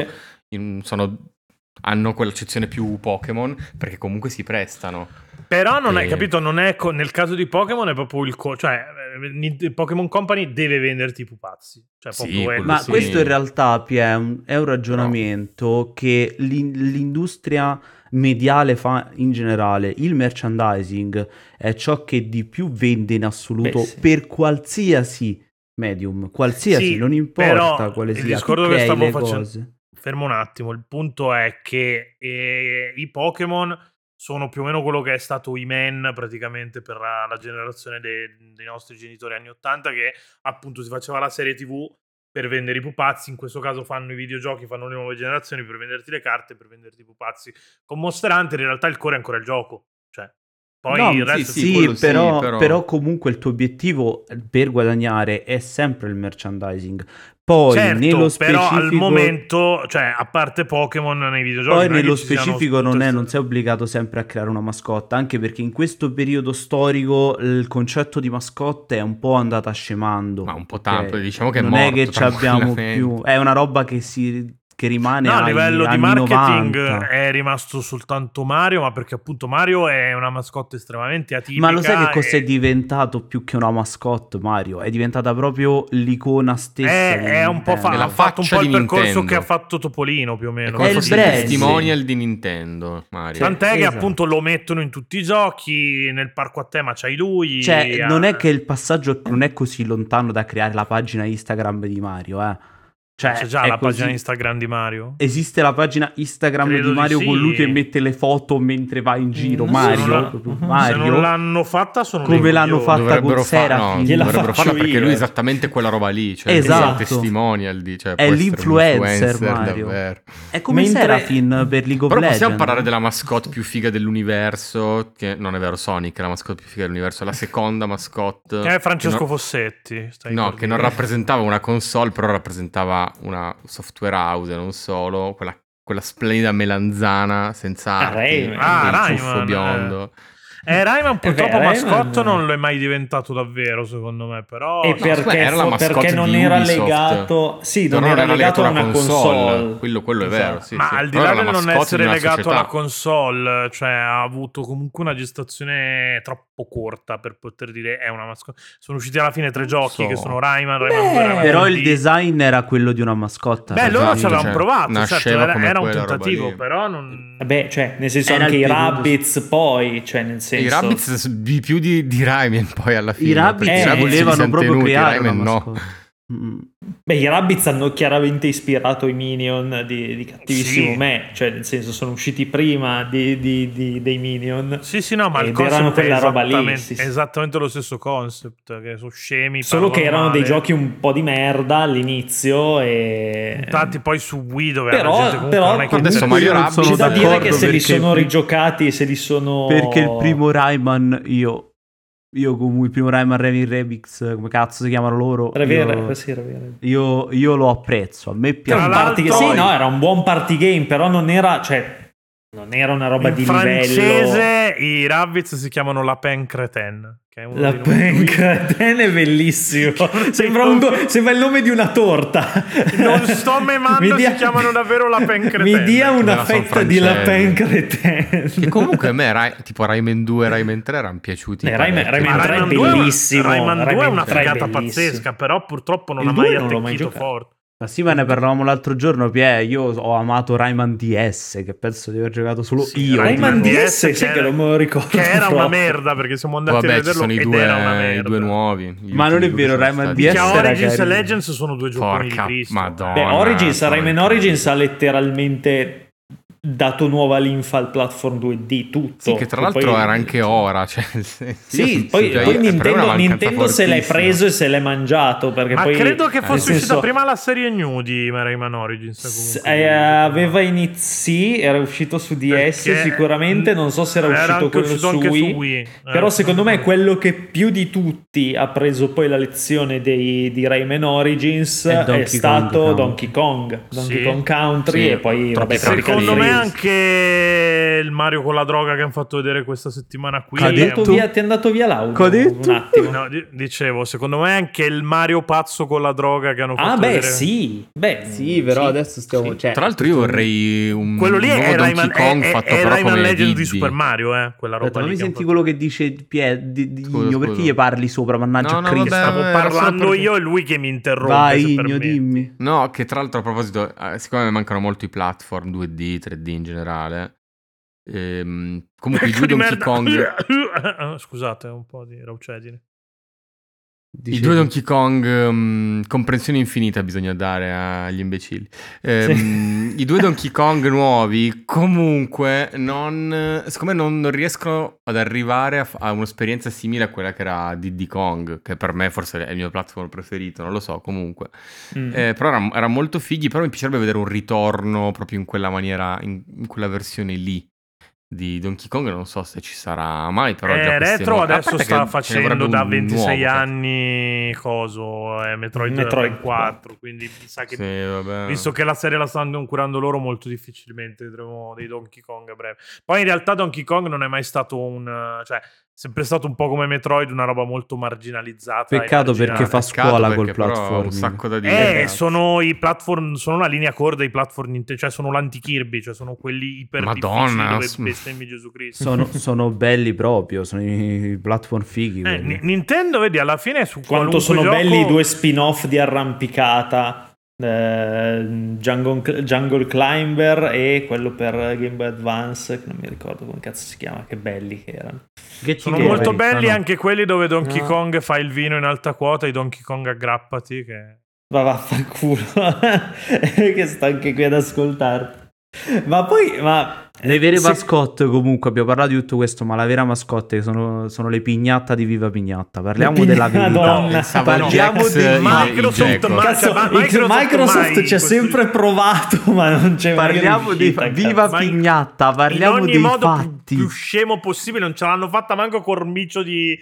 in- sono, hanno quell'accezione più Pokémon, perché comunque si prestano. Però non E- è, capito, non è co- nel caso di Pokémon è proprio il co- cioè eh, Nint- Pokémon Company deve venderti i pupazzi. Cioè, Sì, proprio è quello Ma così. sì. questo in realtà, Pie, è un, è un ragionamento che l'in- l'industria mediale fa in generale. Il merchandising è ciò che di più vende in assoluto Beh, sì. per qualsiasi medium, qualsiasi, Sì, non importa però quale il sia, tu discorso che crei stavo le facendo- cose. Fermo un attimo, il punto è che eh, i Pokémon sono più o meno quello che è stato I-Man praticamente per la, la generazione de- dei nostri genitori anni ottanta, che appunto si faceva la serie tivù per vendere i pupazzi. In questo caso fanno i videogiochi, fanno le nuove generazioni per venderti le carte, per venderti i pupazzi. Con Monster Hunter in realtà il core è ancora il gioco, cioè poi No, il sì, resto sì, Sì, quello sì, però, però- però comunque il tuo obiettivo per guadagnare è sempre il merchandising. Poi certo, nello specifico, però al momento, cioè a parte Pokémon nei videogiochi, poi non è che nello ci siano specifico non, tutte è, ste- non sei obbligato sempre a creare una mascotta, anche perché in questo periodo storico il concetto di mascotte è un po' andata scemando. Ma un po' ok? tanto, diciamo che è non è morto che ci abbiamo tranquillamente. più, è una roba che si che rimane No, a ai livello di anni marketing novanta. è rimasto soltanto Mario, ma perché appunto Mario è una mascotte estremamente atipica. Ma lo sai che cos'è e- diventato più che una mascotte, Mario? È diventata proprio l'icona stessa È, di è un po' fa- È ha la Nintendo. fatto un faccia po' il di percorso Nintendo. che ha fatto Topolino più o È meno. come È il fosse il brand, testimonial di Nintendo, Mario. Cioè, Tant'è che esatto. appunto lo mettono in tutti i giochi, nel parco a tema c'hai lui. Cioè, ha- non è che il passaggio non è così lontano da creare la pagina Instagram di Mario, eh. Cioè, C'è già è la così- pagina Instagram di Mario? Esiste la pagina Instagram Credo di di Mario sì. con lui che mette le foto mentre va in giro. Mm, Mario, se non la- proprio Mhm. Mario. Se non l'hanno fatta sono Come dei l'hanno coglioni. fatta Dovrebbero con fa- no, Serafin. Gliela dovrebbero faccio farla perché io. lui è esattamente quella roba lì, cioè Esatto. è il testimonial di, cioè, È può essere un l'influencer, influencer Mario. davvero. È come Mentre- Serafin per League of Però Legends. possiamo parlare della mascotte più figa dell'universo, che non è vero, Sonic è la mascotte più figa dell'universo, è la seconda mascotte. Che è Francesco che non- Fossetti. stai No, per che non dire. rappresentava una console, però rappresentava una software house, non solo, quella, quella splendida melanzana senza Ah, arti, Rayman. Ah, il Rayman, ciuffo biondo. Eh, Rayman purtroppo Rayman- mascotto non lo è mai diventato davvero, secondo me, però... E no, perché, scusa, era la fo- mascotte perché non di era Ubisoft. legato, sì, No, non no, era era legato a legato una alla console. console. Quello- quello è vero, Esatto. sì. ma al di Però là era del la non mascotte essere di una legato società. alla console, cioè ha avuto comunque una gestazione troppo corta per poter dire è una mascotte. Sono usciti alla fine tre giochi so. che sono Rayman, Rayman due, Beh, Rayman Però tre il D. design era quello di una mascotta. Beh, loro Esatto, ci avevano cioè, provato, certo, nasceva era, come era un quella roba tentativo, lì. però non... Beh, cioè, nel senso Era anche il i periodo- Rabbids poi, cioè nel E senso... I Rabbids di più di, di Rayman poi alla fine. I Rabbids perché Eh, i Rabbids si volevano siano proprio tenuti, creare Rayman una no. mascotte. Mm. Beh, i Rabbids hanno chiaramente ispirato i Minion di, di Cattivissimo Sì. Me, cioè nel senso sono usciti prima di, di- di- dei Minion. Sì, sì, no, ma il Ed concept erano è quella roba lì, esattamente, sì, sì. esattamente lo stesso concept, che sono scemi, Solo che parlano erano dei male. giochi un po' di merda all'inizio e... Infatti poi su Wii dove Però- la gente comunque però non è che... Adesso comunque Mario io non Rabbids sono c'è da dire d'accordo che se li perché sono il- rigiocati e se li sono... Perché il primo Rayman, io io come il primo Rayman Rayman Remix, come cazzo si chiamano loro, Era vero, io, sì, era vero. io, io lo apprezzo, a me Era piace. un Tra party l'altro- sì, no, era un buon party game, però non era, cioè, non era una roba In di francese livello. i Rabbids si chiamano Lapin Crétin, che è uno La dei nomi più- Pencraten è bellissimo. Sembra, un do- sembra il nome di una torta. Non sto memando, Mi dia- si chiamano davvero Lapin Crétin. Mi dia una Però sono fetta di La francesi. Pencraten. Che comunque a me Ray- tipo Rayman due e Rayman tre erano piaciuti. Eh, Rayman- parecchio. Rayman Ma tre è Rayman due è una- bellissimo. Rayman due è Rayman una tre è figata bellissimo. pazzesca, però purtroppo non Il ha mai due non l'ho mai attecchito giocato. forte. Ma sì, ma ne parlavamo l'altro giorno, Pie, io ho amato Rayman D S, che penso di aver giocato solo Sì, io. Rayman Rayman D D S, S sai che che era- non me lo ricordo. Che era una proprio. merda, perché siamo andati a Vabbè, ci vederlo sono i ed due, era una i merda. due nuovi. Gli Ma non è ultimi due vero, sono Rayman stati- D S Che era Origins e carino. Legends sono due gioconi Porca di Cristo. madonna. Beh, Origins, Sonic. Rayman Origins ha letteralmente dato nuova linfa al platform due D, tutto. Sì, che tra E l'altro poi- era anche ora. Cioè, nel senso, Sì, io- poi, cioè, poi io- per me è una Nintendo, mancanza Nintendo se l'è fortissima. preso e se l'è mangiato. Perché Ma poi, credo che nel fosse uscita senso, prima la serie new di Rayman Origins. s- comunque. eh, aveva inizi, era uscito su D S Perché sicuramente, non so se era, era uscito anche quello uscito su anche Wii, su Wii. però Eh. secondo me quello che più di tutti ha preso poi la lezione dei, di Rayman Origins È è, Donkey stato Kong Donkey Kong, Donkey Sì. Kong Country Sì, e poi troppi vabbè, Tropical Secondo me anche il Mario con la droga che hanno fatto vedere questa settimana qui? Ti è è andato un- via, ti è andato via l'audio Che ha detto? un attimo. No, di- dicevo, secondo me anche il Mario pazzo con la droga che hanno fatto Ah, beh, vedere. sì. Beh, Sì, però sì, adesso stiamo... sì. cioè, Tra l'altro io vorrei un Quello lì nuovo è Donkey Rayman, Kong è, è, fatto è però Rayman come Legend di Diddy. Super Mario, eh, quella roba Aspetta, non lì mi che hanno senti fatto. quello che dice Pie- di, di Scusa, Igno, scusa. perché gli parli sopra, mannaggia No, no, Cristo. vabbè, Stavo era parlando solo per- io e lui che mi interrompe. Vai se Igno, permetti. dimmi. No, che tra l'altro a proposito, eh, siccome mi mancano molto i platform due D, tre D in generale, ehm, comunque i Ecco due di Donkey merda. Kong... Scusate, un po' di raucedine. I Dicevi. due Donkey Kong, um, comprensione infinita bisogna dare agli imbecilli. Ehm, I due Donkey Kong nuovi comunque non, secondo me non riescono ad arrivare a, f- a un'esperienza simile a quella che era Diddy Kong, che per me forse è il mio platform preferito, non lo so comunque. Mm. Eh, però era, era molto fighi, però mi piacerebbe vedere un ritorno proprio in quella maniera, in, in quella versione lì di Donkey Kong. Non so se ci sarà mai, però già Eh, queste Retro nuove- a adesso parte sta che ce ne facendo vorrebbe da un ventisei nuovo, anni coso, è Metroid, Metroid quattro, quindi mi sa che Sì, vabbè. visto che la serie la stanno curando loro, molto difficilmente vedremo dei Donkey Kong a breve. Poi in realtà Donkey Kong non è mai stato un... cioè, è sempre stato un po' come Metroid, una roba molto marginalizzata. Peccato perché fa Peccato scuola perché col però ha platforming. un sacco da dire. Eh, sono i platform, sono la linea core dei platform Nintendo, cioè sono l'anti-Kirby, cioè sono quelli iper Madonna, difficili s- dove bestemmi Gesù Cristo. Sono, sono belli proprio, sono i platform fighi. Eh, quelli. Ni- Nintendo, vedi, alla fine su Quanto qualunque sono gioco... belli i due spin-off di arrampicata, eh, Jungle, Jungle Climber e quello per Game Boy Advance, che non mi ricordo come cazzo si chiama, che belli che erano. Che ti Sono devo molto dire? belli No, no. anche quelli dove Donkey No. Kong fa il vino in alta quota, i Donkey Kong aggrappati, che... Va vaffanculo, che sta anche qui ad ascoltarti. Ma poi, ma... Le vere se- mascotte comunque, abbiamo parlato di tutto questo, ma la vera mascotte sono, sono le pignatta di Viva Pignatta. Parliamo Le della pigna- verità. Madonna. Pensavo Parliamo Jax di e- Microsoft, e Jacob. ma- Cazzo, cioè, ma Microsoft, Microsoft mai ci ha questo- sempre provato, ma non c'è mai Parliamo di riuscita, Viva cazzo. Ma in- Pignatta, parliamo in ogni dei modo più, fatti. più scemo possibile. Non ce l'hanno fatta manco Cormiccio di,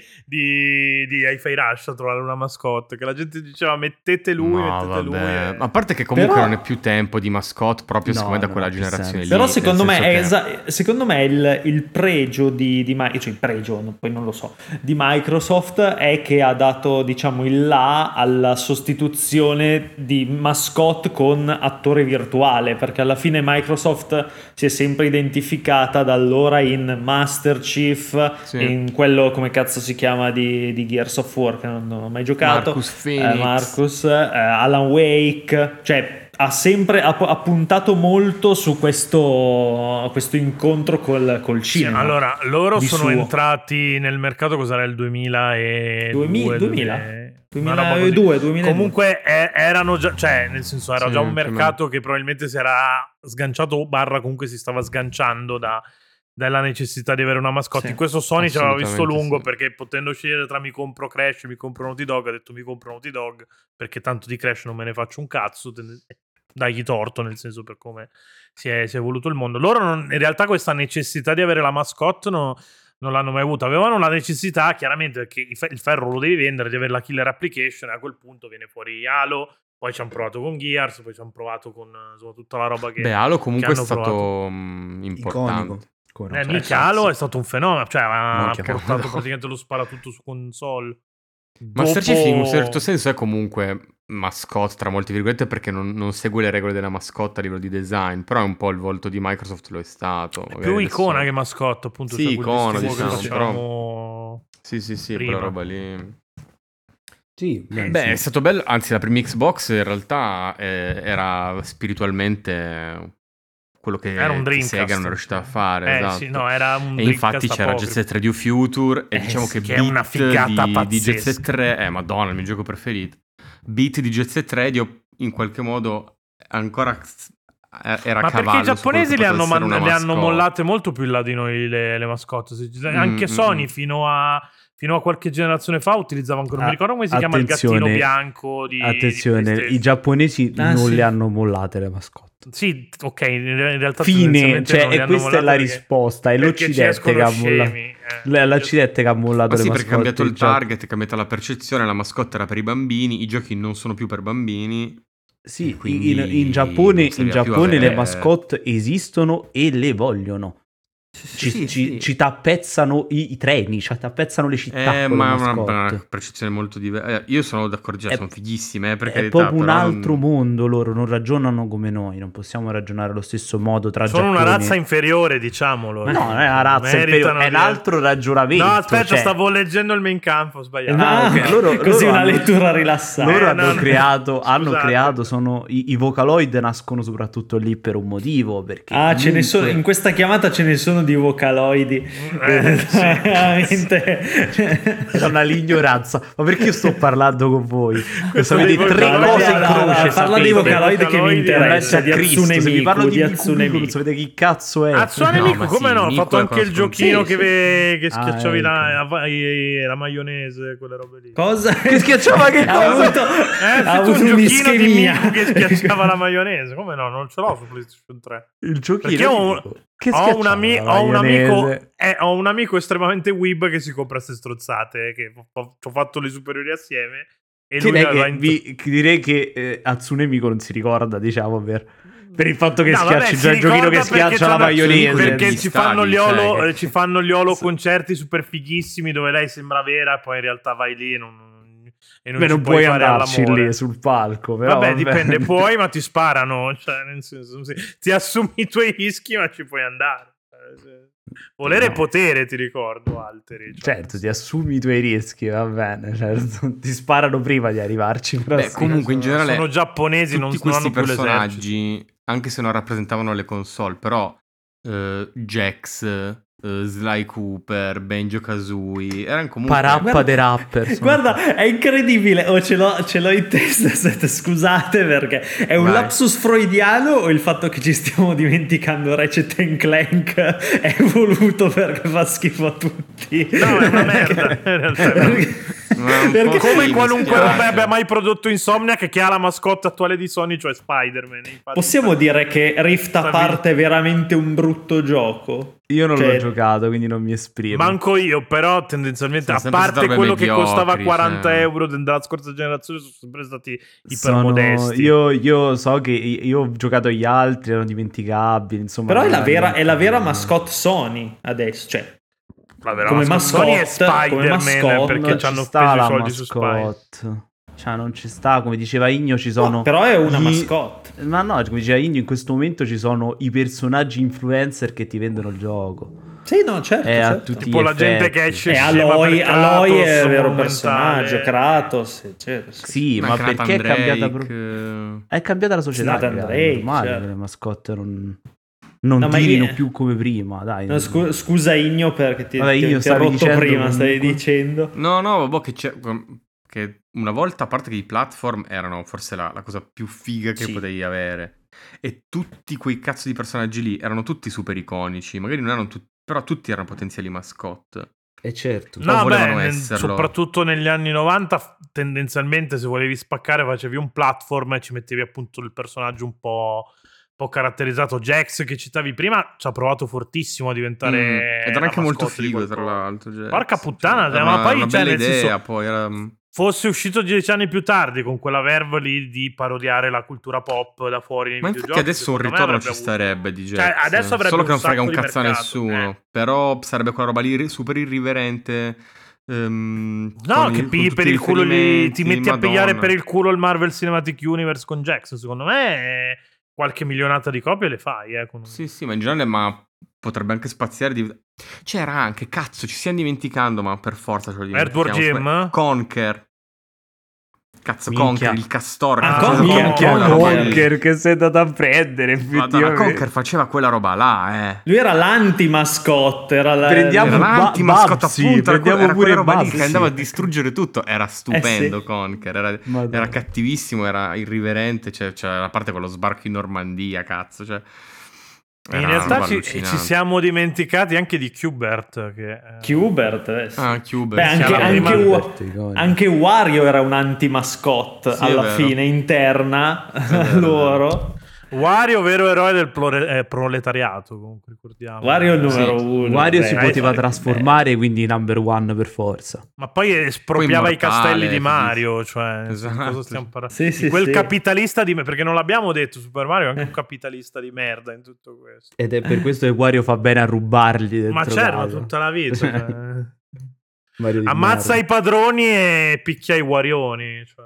di, di Hi-Fi Rush a trovare una mascotte, che la gente diceva mettete lui, No, mettete lui vabbè. e- Ma a parte che comunque Però- non è più tempo di mascotte proprio No, secondo me da non quella ha più generazione senso. lì. Però secondo me, nel è senso che- esa- secondo me il, il pregio di, di Mi- cioè il pregio, no, poi non lo so, di Microsoft è che ha dato, diciamo, il là alla sostituzione di mascotte con attore virtuale, perché alla fine Microsoft si è sempre identificata da allora in Master Chief, Sì. in quello, come cazzo si chiama, di, di Gears of War, che non, non ho mai giocato. Marcus Phoenix. Eh, Marcus, eh, Alan Wake, cioè ha sempre ha, ha puntato molto su questo, questo incontro col, col Sì, cinema. allora, loro di sono suo. entrati nel mercato, cos'era il duemiladue? duemila, duemila? Una roba così. duemiladue, duemiladue. Comunque eh, erano già, cioè nel senso era Sì, già un più o mercato che probabilmente si era sganciato, barra comunque si stava sganciando da, dalla necessità di avere una mascotte. Sì, In questo Sony ci aveva visto assolutamente lungo sì. perché potendo scegliere tra mi compro Crash e mi compro Naughty Dog, ha detto mi compro Naughty Dog perché tanto di Crash non me ne faccio un cazzo, tende- dagli torto, nel senso, per come si è, si è evoluto il mondo. Loro non- in realtà questa necessità di avere la mascotte no- non l'hanno mai avuta. Avevano la necessità, chiaramente, perché il fe- il ferro lo devi vendere, di avere la killer application, e a quel punto viene fuori Halo, poi ci hanno provato con Gears, poi ci hanno provato con insomma, tutta la roba che... Beh, Halo comunque è hanno stato provato. mm, Iconico. importante. Come no? Eh, cioè, minchia, cazzo. Halo è stato un fenomeno, cioè ha Minchia, portato no. praticamente lo sparatutto su console. Master Dopo- Chief in un certo senso è comunque mascotte tra molte virgolette perché non, non segue le regole della mascotte a livello di design, però è un po' il volto di Microsoft, lo è stato. È magari più adesso- icona che mascotte, appunto. Sì, cioè quel icona, distinguo che diciamo, facevamo Sì, sì, sì, prima. quella roba lì. Sì, beh, Beh, sì. è stato bello, anzi la prima Xbox in realtà eh, era spiritualmente quello che, Era un che Dreamcast, Sega non è riuscita a fare, Eh esatto. sì, no, era un E infatti Dreamcast c'era apocryph. Jet Set Radio Future e Eh diciamo sì, che, che è una Beat figata di, di Jet pazzesca. Set tre, eh madonna, il mio gioco preferito. Beat di Jet Set Radio in qualche modo ancora eh, era Ma a cavallo perché i su giapponesi quello le che hanno, potesse essere man- una le hanno mascotte. mollate molto più in là di noi le, le mascotte. Se- Anche Mm, Sony mm, mm. fino a fino a qualche generazione fa utilizzava ancora, non mi Ah, ricordo come si chiama il gattino attenzione, bianco di Attenzione, di PlayStation. i giapponesi Ah, non sì. le hanno mollate le mascotte. Sì, ok, in in realtà Fine, tendenzialmente cioè, non le e hanno questa è mollate la perché- risposta. È perché ci l'Occidente escono che ha mollato. scemi, eh. L'Occidente che ha mollato Ma le sì, mascotte. perché è cambiato il già- target, è cambiata la percezione, la mascotte era per i bambini, i giochi non sono più per bambini. Sì, quindi in, in Giappone, non in serviva più Giappone le avere- mascotte esistono e le vogliono. Ci, Sì, ci- sì. ci tappezzano i, i treni, ci tappezzano le città Eh, con ma le è una, mascotte. una percezione molto diversa. Io sono d'accordo, È- sono fighissime, eh, per È carità, proprio un però altro non- mondo loro, non ragionano come noi, non possiamo ragionare allo stesso modo tra Sono una Giappone- razza inferiore, diciamolo. Ma no, non è una razza Meritano inferiore, è un di- altro ragionamento. No, aspetta, cioè, stavo leggendo il main campo, ho sbagliato. Ah, Ah, ok. Loro- così loro una hanno- lettura rilassata. Loro Eh, hanno no, no. creato, hanno Scusate. creato sono, i, i Vocaloid nascono soprattutto lì per un motivo. Perché Ah, ce ne sono, in comunque- questa chiamata ce ne sono di vocaloidi. Eh, sì. Veramente. Sono l'ignoranza. Ma perché io sto parlando con voi? Questo Sapete dei tre Vocaloid- cose in no, no, croce. no, parla sapete? dei Vocaloid che mi Vocaloid, interessa, di Mannaggia Cristo, Hatsune se vi parlo Miku, di di Miku Hatsune Miku, non Miku. sapete chi cazzo è. Hatsune No, Miku, ma come sì, no? Ho Miku fatto è anche il conosco- giochino sì, che, ve- che Ah, schiacciavi la, ecco. la, la maionese, quelle robe lì. Cosa? Che schiacciava che ha cosa? avuto, Eh, ha è avuto un giochino di un'ischemia. Miku che schiacciava la maionese. Come no? Non ce l'ho su PlayStation tre. Il giochino. Perché ho un, che ho un, ami- schiacciava ho un la amico maionese. eh, ho un amico estremamente weeb che si compra queste strozzate, che ho, ho- ci ho fatto le superiori assieme e lui Direi aveva che, int- vi- direi che eh, Hatsune Miku non si ricorda, diciamo, per, per il fatto che No, vabbè, schiacci si già il giochino ricorda che schiaccia perché la c'hanno- maionese. perché Gli ci fanno gli stadi, olo, cioè, eh, ci fanno gli olo concerti super fighissimi dove lei sembra vera e poi in realtà vai lì e non, e non Beh, ci non puoi puoi fare andarci all'amore. lì sul palco. Però, Vabbè, vabbè. dipende, puoi, ma ti sparano. Cioè, nel senso, sì, ti assumi i tuoi rischi, ma ci puoi andare. Cioè, se- Volere e No. potere, ti ricordo, alteri. Cioè, Certo, ti assumi i tuoi rischi, va bene. Certo. Ti sparano prima di arrivarci. Però Beh, sì. comunque in sono- generale sono giapponesi, tutti non, non questi hanno più l'esercito. personaggi, anche se non rappresentavano le console, però eh, Jax, eh, Sly Cooper, Banjo Kazooie erano comunque Parappa Guarda- dei rapper. sono- Guarda, è incredibile. Oh, ce l'ho, ce l'ho in testa. aspetta, Scusate, perché è un Vai. lapsus freudiano o il fatto che ci stiamo dimenticando Ratchet and Clank è voluto perché fa schifo a tutti? No, è una merda. In realtà è una- Perché- Ma un po' perché- Come sì, mi qualunque spiace. roba abbia mai prodotto Insomniac, che ha la mascotte attuale di Sony, cioè Spider-Man. Infatti, Possiamo dire che Rift Sta Apart è veramente un brutto gioco? Io non Cioè- l'ho giocato, quindi non mi esprimo. Manco io, però tendenzialmente, Sono a sempre parte state robe quello che costava mediocri, quaranta cioè. euro de- della scorsa generazione, sono sempre stati Sono- ipermodesti. io, io so che io ho giocato agli altri, erano dimenticabili. Insomma, Però è la non- vera, è la vera mascotte Sony adesso. Cioè, La vera come mascotte Sony è mascotte, come Spider-Man, mascotte, perché non ci hanno ci sta speso i la soldi su Spider. mascotte. Cioè, non ci sta, come diceva Igno, ci sono. no, però è una gli- mascotte. Ma no, come diceva Igno, in questo momento ci sono i personaggi influencer che ti vendono il gioco. Sì, no, certo. È a certo. tutti Tipo gli la gente effetti. che esce E scema Aloy, per Aloy è Kratos, il vero monumentale. personaggio, Kratos, eccetera. sì. Sì, ma Nathan perché è cambiata Drake, pro- È cambiata la società, Nathan ragazzi, Drake, è normale certo. che le mascotte non, non No, ma tirino io- più come prima, dai. No, scu- scusa Igno perché ti, Vabbè, ti- Igno, ti ho stavi rotto dicendo prima, stavi comunque. dicendo. No, no, vabbè, che c'è. Che una volta, a parte che i platform erano forse la, la cosa più figa che Sì. potevi avere. E tutti quei cazzo di personaggi lì erano tutti super iconici. Magari non erano tutti. Però tutti erano potenziali mascotte. E certo. No, volevano beh, nel- esserlo. soprattutto negli anni novanta, f- tendenzialmente se volevi spaccare facevi un platform e ci mettevi appunto il personaggio un po', un po' caratterizzato. Jax che citavi prima ci ha provato fortissimo a diventare Mm, Ed era la anche molto mascotte di figo, tra qualcosa. l'altro. Jax. Porca puttana, Era ma una- poi, una cioè, bella nel idea, senso- poi era. Fosse uscito dieci anni più tardi con quella verve lì di parodiare la cultura pop da fuori nei Ma infatti videogiochi, adesso un secondo me ritorno avrebbe ci avuto- starebbe di Jax. Cioè, adesso avrebbe Solo che un non frega un sacco di cazzo a mercato, nessuno. eh. Però sarebbe quella roba lì ri- super irriverente. ehm, No, con che i- con pigli tutti per i il culo lì, ti riferimenti, metti a pigliare Madonna. per il culo il Marvel Cinematic Universe con Jax. Secondo me eh, qualche milionata di copie le fai, eh, con- Sì, sì, ma in generale, ma potrebbe anche spaziare di. C'era anche, cazzo, ci stiamo dimenticando, ma per forza ce lo Earthworm dimentichiamo. Jim? Conker. Cazzo, Minchia. Conker, il castoro. Ah, che faceva Conker, quella Conker, roba lì. Conker che sei andato a prendere, Madonna, effettivamente. Conker faceva quella roba là, eh. Lui era l'anti-mascotte, era la... Prendiamo- Era Ba- l'anti-mascotta, Babsi, appunto, era, prendiamo era pure quella roba lì Babsi. che andava a distruggere tutto. Era stupendo, Eh sì. Conker. Era, Madonna. era cattivissimo, era irriverente. C'è cioè, la parte con lo sbarco in Normandia, cazzo. Cioè, In era una realtà roba ci, allucinante. ci siamo dimenticati anche di Qbert. Che, eh, Qbert, eh, sì. Ah, Cube. Beh, anche, Sì, alla anche, prima- Wa- Qbert, iconico. anche Wario era un anti-mascotte Sì, è alla vero. fine, interna vero, loro. Wario, vero eroe del plore- eh, proletariato, comunque ricordiamo. Wario è il numero Sì. uno. Wario beh, si beh, poteva beh, trasformare, quindi number one per forza. Ma poi espropriava Poi i castelli immortale, di Mario, cioè Esatto. cosa stiamo parlando? Sì, Di sì, quel sì. capitalista di me, perché non l'abbiamo detto, Super Mario è anche un capitalista di merda in tutto questo. Ed è per questo che Wario fa bene a rubargli dentro Ma certo, ma casa. tutta la vita. Cioè. Mario di Ammazza merda. i padroni e picchia i guarioni. Cioè.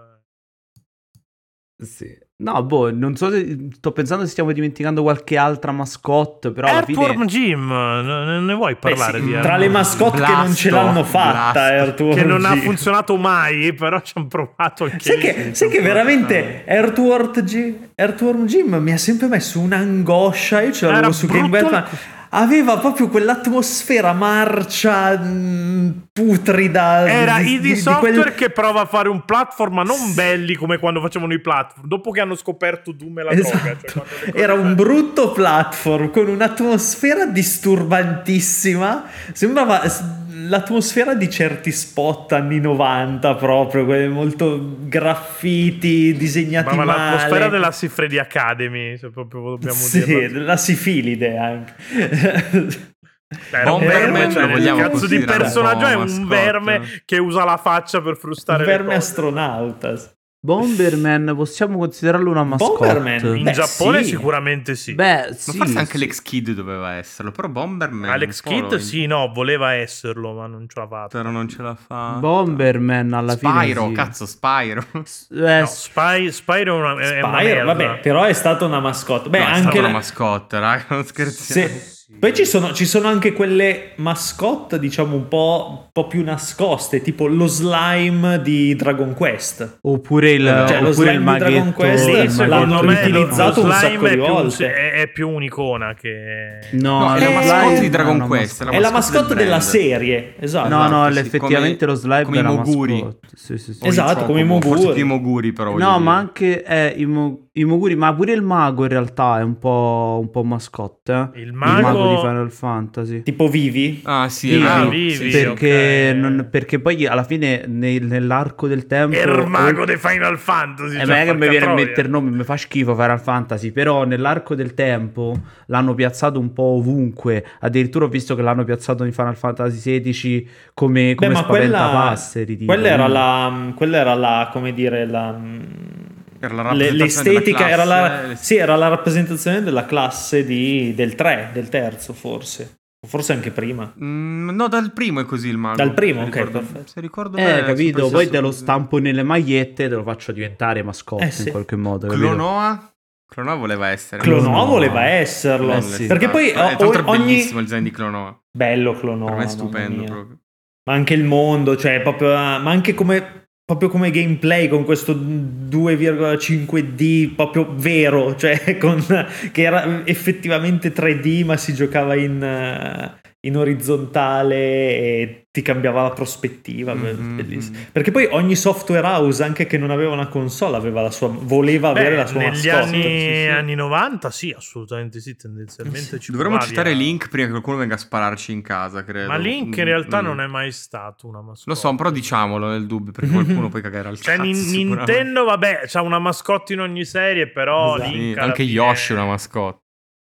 Sì. No, boh, non so se sto pensando se stiamo dimenticando qualche altra mascotte, però alla Earthworm fine Jim, ne, ne vuoi parlare sì, di Tra Earthworm le Jim? mascotte che non ce Blasto, l'hanno fatta, Blasto. Earthworm Che non ha Jim. funzionato mai, però ci hanno provato anche Sai lì. che, sai che veramente Earthworm Jim, Earthworm Jim mi ha sempre messo un'angoscia. Io ce l'avevo Era su Game brutto Boy, al- ma aveva proprio quell'atmosfera marcia, mh, putrida. Era di, I D di- di Software quel- che prova a fare un platform, ma non belli come quando facevano i platform, dopo che hanno scoperto Doom e la droga. Cioè, Esatto. quando le cose Era un fanno- brutto platform con un'atmosfera disturbantissima. Sembrava s- l'atmosfera di certi spot anni novanta, proprio quelli molto graffiti, disegnati Ma, ma male. l'atmosfera della Sifredi Academy, se proprio dobbiamo Sì, dirlo. della sifilide anche. Era un Bomberman verme, ce cioè, lo il vogliamo cazzo di considerare personaggio è un un mascotte. verme che usa la faccia per frustare Un le verme cose. astronauta. Bomberman possiamo considerarlo una mascotte. Bomberman? In Beh, Giappone sì. sicuramente sì. Beh, Ma sì, forse anche sì. l'ex Kid doveva esserlo, però Bomberman Alex un po' Kidd lo- sì, no, voleva esserlo, ma non ce l'ha fatta. però non ce l'ha fatta. Bomberman alla Spyro, fine sì. cazzo, Spyro. S- eh, No, Spy, Spyro è una, è una Spyro, merda. vabbè, però è stata una mascotte. Beh, No, è anche stata la- una mascotte, raga, non scherziamo. Sì. Poi ci sono, ci sono anche quelle mascotte, diciamo, un po', un po' più nascoste, tipo lo slime di Dragon Quest. Oppure il, Cioè, lo oppure slime il di maghetto, Dragon Quest il Lì, l'hanno maghetto secondo di me lo, utilizzato lo un slime sacco è di più, volte. è, è più un'icona che... No, No, è la il mascotte slime di Dragon è una Quest, mascotte. È la mascotte mascotte del della brand. serie, esatto. No, no, Esatto, sì, effettivamente come- lo slime come è i la Moguri. mascotte. Sì, sì, sì. O i Esatto, come i Chocobo, Moguri. Forse più i Moguri, però. voglio No, dire. ma anche eh, i, mo- i Moguri, ma pure il mago in realtà è un po', un po' mascotte. eh. Il mago- di Final Fantasy. Tipo Vivi. Ah, sì, Vivi. è vero. Ah, Vivi, Sì, sì. Perché, ok. non- perché poi alla fine nel- nell'arco del tempo... È il mago ol- di Final Fantasy. Eh, cioè, ma è che mi porca viene a troia. mettere il nome, mi fa schifo Final Fantasy, però nell'arco del tempo l'hanno piazzato un po' ovunque, addirittura ho visto che l'hanno piazzato in Final Fantasy sedici come, come Beh, ma quella, spaventapasseri. tipo, quella era quindi- la, quella era la, come dire, la, Era la le- rappresentazione l'estetica, della era la, classe. sì, era la rappresentazione della classe di, del tre, del terzo forse, o forse anche prima. Mm, no, dal primo è così il mago. Dal primo, Se ok, ricordo- perfetto. Se ricordo Eh, bene, capito, sempre poi stesso te lo così. stampo nelle magliette e te lo faccio diventare mascotte Eh, sì. in qualche modo, capito? Clonoa? Clonoa voleva essere. Clonoa Clonoa. voleva esserlo, Eh, sì. perché poi Tra o- l'altro è ogni... bellissimo il design di Clonoa. Bello Clonoa, Per me è mamma stupendo mia. proprio. Ma anche il mondo, cioè proprio, ma anche come, proprio come gameplay con questo due virgola cinque D proprio vero, cioè con, che era effettivamente tre D ma si giocava in, eh, in orizzontale e ti cambiava la prospettiva, Mhm. bellissimo. Perché poi ogni software house, anche che non aveva una console, aveva la sua, voleva avere Beh, la sua negli mascotte. anni, Sì, sì. anni novanta sì, assolutamente sì, tendenzialmente ci Dovremmo provavi citare a- Link prima che qualcuno venga a spararci in casa, credo. Ma Link in Mm, realtà mm. non è mai stato una mascotte. Lo so, però diciamolo nel dubbio, perché qualcuno poi cagherà il Cioè, cazzo. Nin- sicuramente. Nintendo, vabbè, c'ha una mascotte in ogni serie, però Esatto. Link Sì, alla anche fine- Yoshi è una mascotte.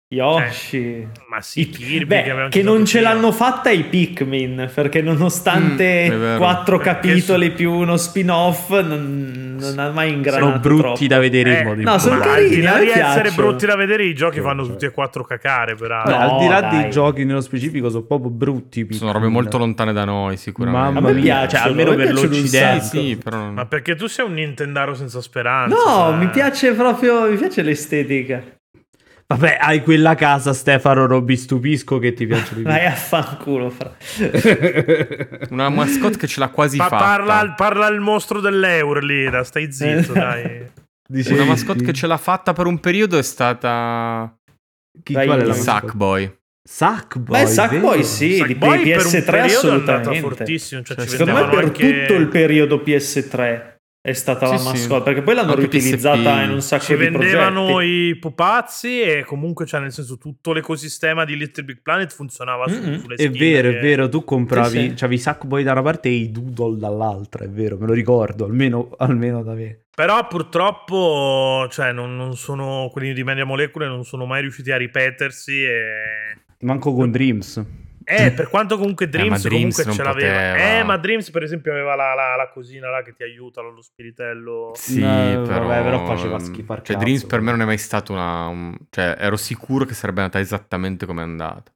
Yoshi. Ma sì, Kirby Beh, che, avevamo che citato non ce prima. l'hanno fatta i Pikmin, perché nonostante Mm, è vero. quattro Perché capitoli so- più uno spin-off non, non ha mai ingranato Sono brutti troppo. da vedere Eh, in modo no, sono Ma importante. al di là carini, di a me essere piacciono. brutti da vedere, i giochi Sì, fanno cioè. tutti e quattro cacare, peraltro. Beh, No, al di là dai. dei giochi nello specifico sono proprio brutti. Sono robe molto lontane da noi, sicuramente. Mamma A me mia, piacciono, cioè, almeno a me per piacciono un l'Occidente. sacco. Sì, però non- Ma perché tu sei un Nintendaro senza speranza? No, cioè. mi piace proprio, mi piace l'estetica. Vabbè, hai quella casa, Stefano, non mi stupisco che ti piace di più. Vai a fanculo, fra. Una mascotte che ce l'ha quasi Pa- fatta. parla, parla il mostro dell'Euro lì, da- stai zitto, dai. Dicevi, Una mascotte sì. che ce l'ha fatta per un periodo è stata Chi, Vai, qual è la il il mascotte? Sackboy. Sackboy. Beh, Sackboy vero? sì, di Sackboy P per un S tre periodo è andata assolutamente. fortissimo, cioè Cioè, ci Secondo me vendevano per anche- tutto il periodo P S tre. è stata Sì, la sì. mascotte, perché poi l'hanno Anche P S P. riutilizzata in un sacco Ci di vendevano progetti. i pupazzi e comunque, cioè, nel senso, tutto l'ecosistema di Little Big Planet funzionava su- Mm-mm. sulle È skin. vero, è che- vero, tu compravi, Sì, sì. c'avevi i Sackboy da una parte e i Doodle dall'altra, è vero, me lo ricordo, almeno, almeno da me. Però purtroppo, cioè, non, non sono quelli di Media Molecule, non sono mai riusciti a ripetersi. E... Manco con Dreams. Eh, per quanto comunque Eh, Dreams, ma Dreams comunque non ce l'aveva. poteva. Eh, ma Dreams, per esempio, aveva la, la, la cosina là che ti aiuta, lo spiritello. Sì, No, però, vabbè, però faceva schifo al cioè, cazzo, Dreams per me però. non è mai stata una... un- Cioè, ero sicuro che sarebbe andata esattamente come è andata.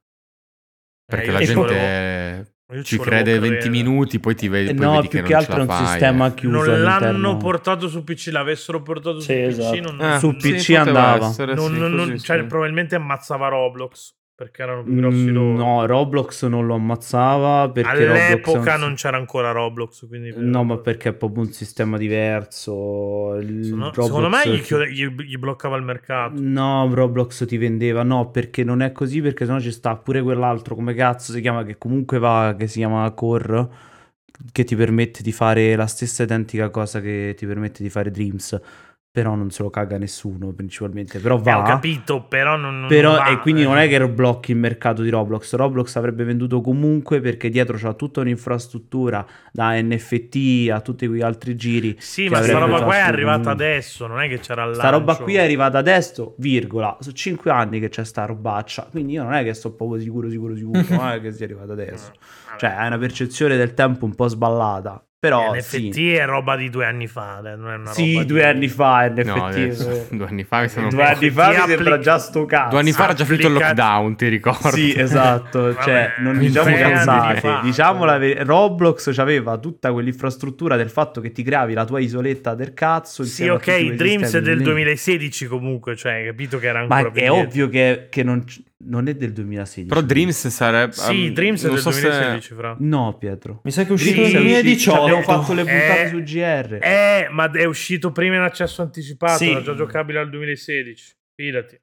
Perché Eh, la io ci gente volevo- io ci volevo crede venti credere. minuti, poi ti vedi, Eh, poi no, vedi più che che non ce altro la è un fai. sistema eh. chiuso Non l'hanno all'interno. portato su P C, l'avessero portato su Sì, P C, esatto. non, Eh, Su non- P C sì, poteva andava. essere, non- sì, non- così, non- cioè, sì. probabilmente ammazzava Roblox perché erano più grossi Mm, loro. no, Roblox non lo ammazzava perché Roblox è All'epoca un si- non c'era ancora Roblox, quindi No, ma perché è proprio un sistema diverso. Il Secondo, Roblox... secondo me gli, chiude- gli- gli bloccava il mercato. No, Roblox ti vendeva, no, perché non è così, perché sennò ci sta pure quell'altro, come cazzo si chiama, che comunque va, che si chiama Core, che ti permette di fare la stessa identica cosa che ti permette di fare Dreams, però non se lo caga nessuno principalmente, però Eh, va. ho capito, però non, non Però, va, e quindi eh. non è che blocchi il mercato di Roblox. Roblox avrebbe venduto comunque perché dietro c'ha tutta un'infrastruttura da N F T a tutti quegli altri giri. Sì, che ma sta avrebbe roba qua è fatto arrivata comunque. adesso, non è che c'era al Sta roba lancio. qui è arrivata adesso, virgola. Sono cinque anni che c'è sta robaccia. Quindi io non è che sto proprio sicuro, sicuro, sicuro. non è che sia arrivata adesso. Vabbè. Cioè, è una percezione del tempo un po' sballata. Però N F T sì. è roba di due anni fa, eh, non è una Sì, roba due di... anni fa, N F T. No, adesso, due anni fa mi sembra Due anni fa mi Applica- sembra già sto cazzo. Due anni fa era già finito il Applica- lockdown, ti ricordo. Sì, esatto, Vabbè, cioè non quindi diciamo tre anni cazzate, fa. diciamo la ver- Roblox aveva tutta quell'infrastruttura del fatto che ti creavi la tua isoletta del cazzo. Sì, insieme a tutti ok, quei Dreams è sistemi del lì. duemilasedici comunque, cioè, hai capito che era ancora Ma più è indietro. ovvio che, che non, c- non è del duemilasedici. Però Dreams sarebbe... Sì, um, Dreams è non del so se- duemilasedici, fra. No, Pietro. Mi sa che è uscito Sì, nel duemiladiciotto. Abbiamo fatto le puntate Eh, su G R. Eh, ma è uscito prima in accesso anticipato, Sì. era già giocabile al duemilasedici. Fidati.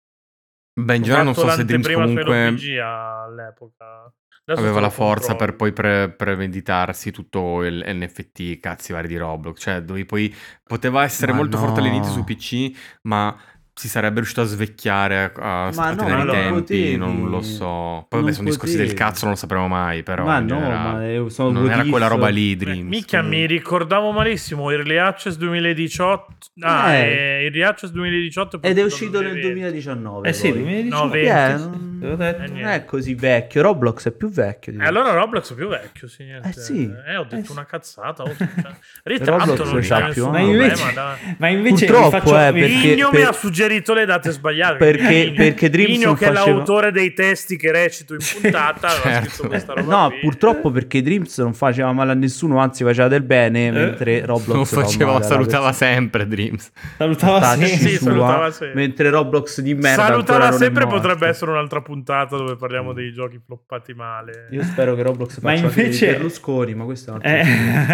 Beh, in Ho generale non fatto so se Dreams l'anteprima su comunque L P G all'epoca. Adesso aveva te la lo forza controllo. per poi pre- prevenditarsi tutto il N F T, cazzi vari di Roblox. Cioè, dove poi poteva essere Ma molto forte no. all'inizio su P C, ma si sarebbe riuscito a svecchiare, a, a Ma no, tenere ma i non tempi, potevi. non lo so. Poi vabbè, Non sono discorsi del potevi. cazzo, non lo sapremo mai, però Ma in no, generale. ma è- sono non what era if. quella roba lì, Eh, Dreams. Micchia, comunque. mi ricordavo malissimo Early Access duemiladiciotto. Ah, Eh. eh, Early Access duemiladiciotto Ed è poi uscito nel duemilaventi. duemiladiciannove. Eh sì, poi. duemiladiciotto. No, venti. Eh, Te non, l'ho detto. Eh, non niente. è così vecchio. Roblox è più vecchio. di E allora Roblox è più vecchio, sì, niente. Eh sì. Eh, ho detto Eh sì. una cazzata. Oh, cioè, ritratto Roblox non c'ha c'è più nessun Ma anni. problema. invece, dai. ma invece Purtroppo, vi faccio, eh, vi- perché- Igno mi per- ha suggerito le date sbagliate. Perché- Igno- perché Dreams Igno, non che è faceva- l'autore dei testi che recito in puntata, aveva Certo. scritto questa roba No, qui. purtroppo perché Dreams non faceva male a nessuno, anzi faceva del bene, mentre Roblox Non fa faceva, male alla salutava persona. sempre Dreams. salutava Tacci sempre. Sì, sua, salutava sempre. mentre Roblox di merda ancora Salutala non è sempre, morto. potrebbe essere un'altra puntata dove parliamo dei giochi floppati male. Io spero che Roblox Ma faccia invece- invece... Berlusconi, ma questo è un altro Eh,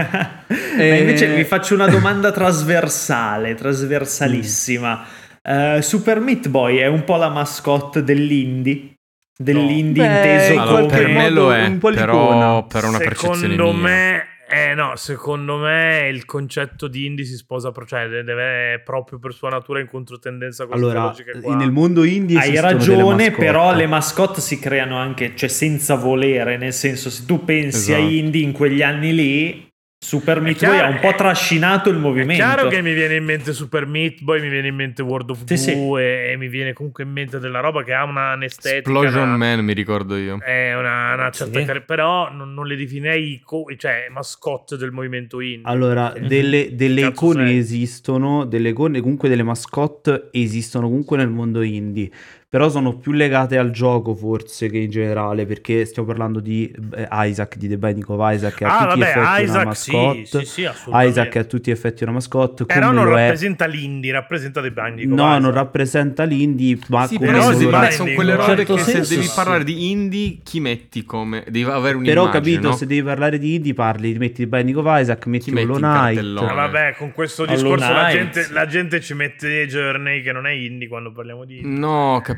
Eh, Ma invece vi faccio una domanda trasversale, trasversalissima. Eh, Super Meat Boy è un po' la mascotte dell'indie? Dell'indie Beh, inteso in Allora, come... qualche per me modo lo è, un po' l'icona. però per una percezione Secondo mia. me, eh no, secondo me il concetto di indie si sposa, pro- cioè deve proprio per sua natura in controtendenza con queste Allora, logiche qua. nel mondo indie Hai esistono delle ragione, mascotte. però le mascotte si creano anche, cioè senza volere, nel senso se tu pensi a Esatto. indie in quegli anni lì, Super Meat chiaro- Boy ha un po' è- trascinato il È movimento. chiaro che mi viene in mente Super Meat Boy, mi viene in mente World of Sì, sì. Goo e, e mi viene comunque in mente della roba che ha una un'estetica, Explosion una- Man, mi ricordo io. è una, una certa Sì. car- però non, non le definirei ico- cioè mascotte del movimento indie. Allora, Eh, delle, delle cazzo icone sei? esistono, delle icone, comunque delle mascotte esistono comunque nel mondo indie, però sono più legate al gioco forse che in generale, perché stiamo parlando di eh, Isaac, di The Binding of Isaac, che a Ah, tutti gli vabbè, effetti è una Isaac sì, mascotte. sì, sì, assolutamente. Isaac è a tutti gli effetti una mascotte, Però come non lo è... rappresenta l'indie, rappresenta The Binding of No, non Isaac. rappresenta l'indie, ma Sì, come però non sì, lo ma ra- sono quelle in un robe certo che se senso devi sì. parlare di indie, chi metti come? Devi avere un'immagine, Però capito, no? se devi parlare di indie parli, metti The Binding of Isaac, metti Chi metti Hollow in Knight. cartellone? Ah, vabbè, con questo Hollow discorso la Knight. gente, la gente ci mette Journey che non è indie quando parliamo di indie. No, cap-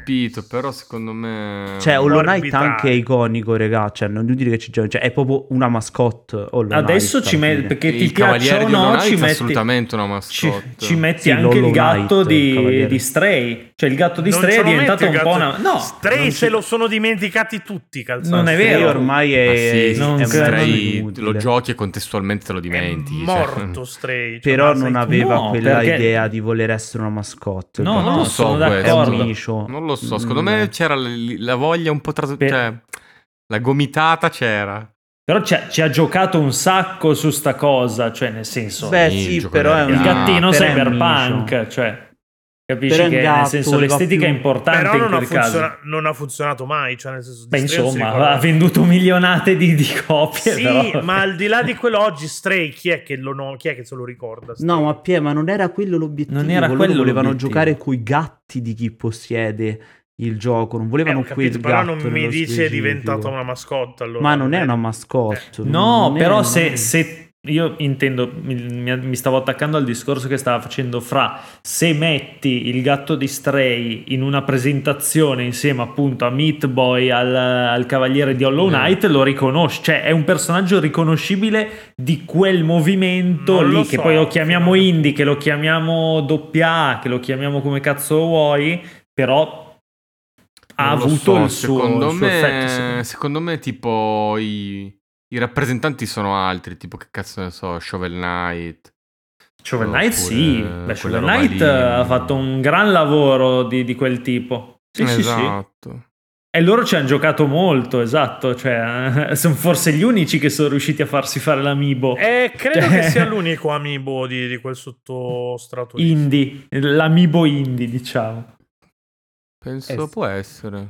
capito, però secondo me... Cioè, Hollow Knight arbitrario. anche è iconico, regà. Cioè, non devo dire che ci gioca. Cioè, è proprio una mascotte. Hollow Adesso Knight, ci alla metti, fine. perché ti il piaccia Cavaliere o di Hollow no, Knight ci è metti, assolutamente una ci, mascotte. ci metti Sì, anche l'Hollow il gatto Knight, il di, Cavaliere. di Stray. Cioè il gatto di Non Stray ce è lo metti diventato il un po' gatto- una... No, Stray non se ci- lo sono dimenticati tutti, calzati. Non è Stray vero. ormai Ma è, sì, non è credo. Stray inutile. lo giochi e contestualmente te lo È dimentichi. cioè. morto Stray. cioè, Però ma non sai- aveva No, quella perché- idea di voler essere una mascotte. No, Cioè, non no, lo so sono questo. è un d'accordo. micio. Non lo so, secondo Mm, me eh. c'era la, la voglia un po' tras- Per- cioè, la gomitata c'era. Però ci ha, ci ha giocato un sacco su sta cosa, cioè nel senso... Beh, Sì, il sì, gioco però è del un il gattino però è un cyberpunk, micio. cioè... Capisci Però è un che gatto, nel senso voleva l'estetica più- è importante Però in non ha, quel caso. funziona- non ha funzionato mai. Cioè, nel senso, Beh, di Stray non si insomma, ricorda. ha venduto milionate di, di copie. Sì, però. ma al di là di quello oggi Stray chi è che, lo no- chi è che se lo ricorda? Stray? No, ma Pie, ma non era quello l'obiettivo. Non era Loro quello volevano l'obiettivo. giocare coi gatti di chi possiede il gioco. Non Eh, volevano ho quel capito, però gatto non mi nello dice è specifico. diventata una mascotte allora. Ma non è una mascotte. Eh. No, non è- però non se, è- se io intendo, mi, mi- mi stavo attaccando al discorso che stava facendo Fra, se metti il gatto di Stray in una presentazione insieme appunto a Meat Boy, al, al Cavaliere di Hollow Knight, lo riconosci, cioè è un personaggio riconoscibile di quel movimento Non lo lì, che so, poi lo chiamiamo fino a- indie, che lo chiamiamo doppia A, che lo chiamiamo come cazzo vuoi, però ha Non lo avuto so, il suo, secondo il suo me, effetto. secondo me. secondo me tipo i, i rappresentanti sono altri, tipo che cazzo ne so, Shovel Knight. Shovel Oppure Knight sì, Beh, quella Shovel roba Knight lì. ha fatto un gran lavoro di, di quel tipo. Sì, sì, sì. Esatto. E loro ci hanno giocato molto, esatto, cioè eh, sono forse gli unici che sono riusciti a farsi fare l'amiibo Eh, credo Cioè- che sia l'unico amiibo di, di quel sottostrato lì. indie, l'amiibo indie, diciamo. Penso Eh sì. può essere.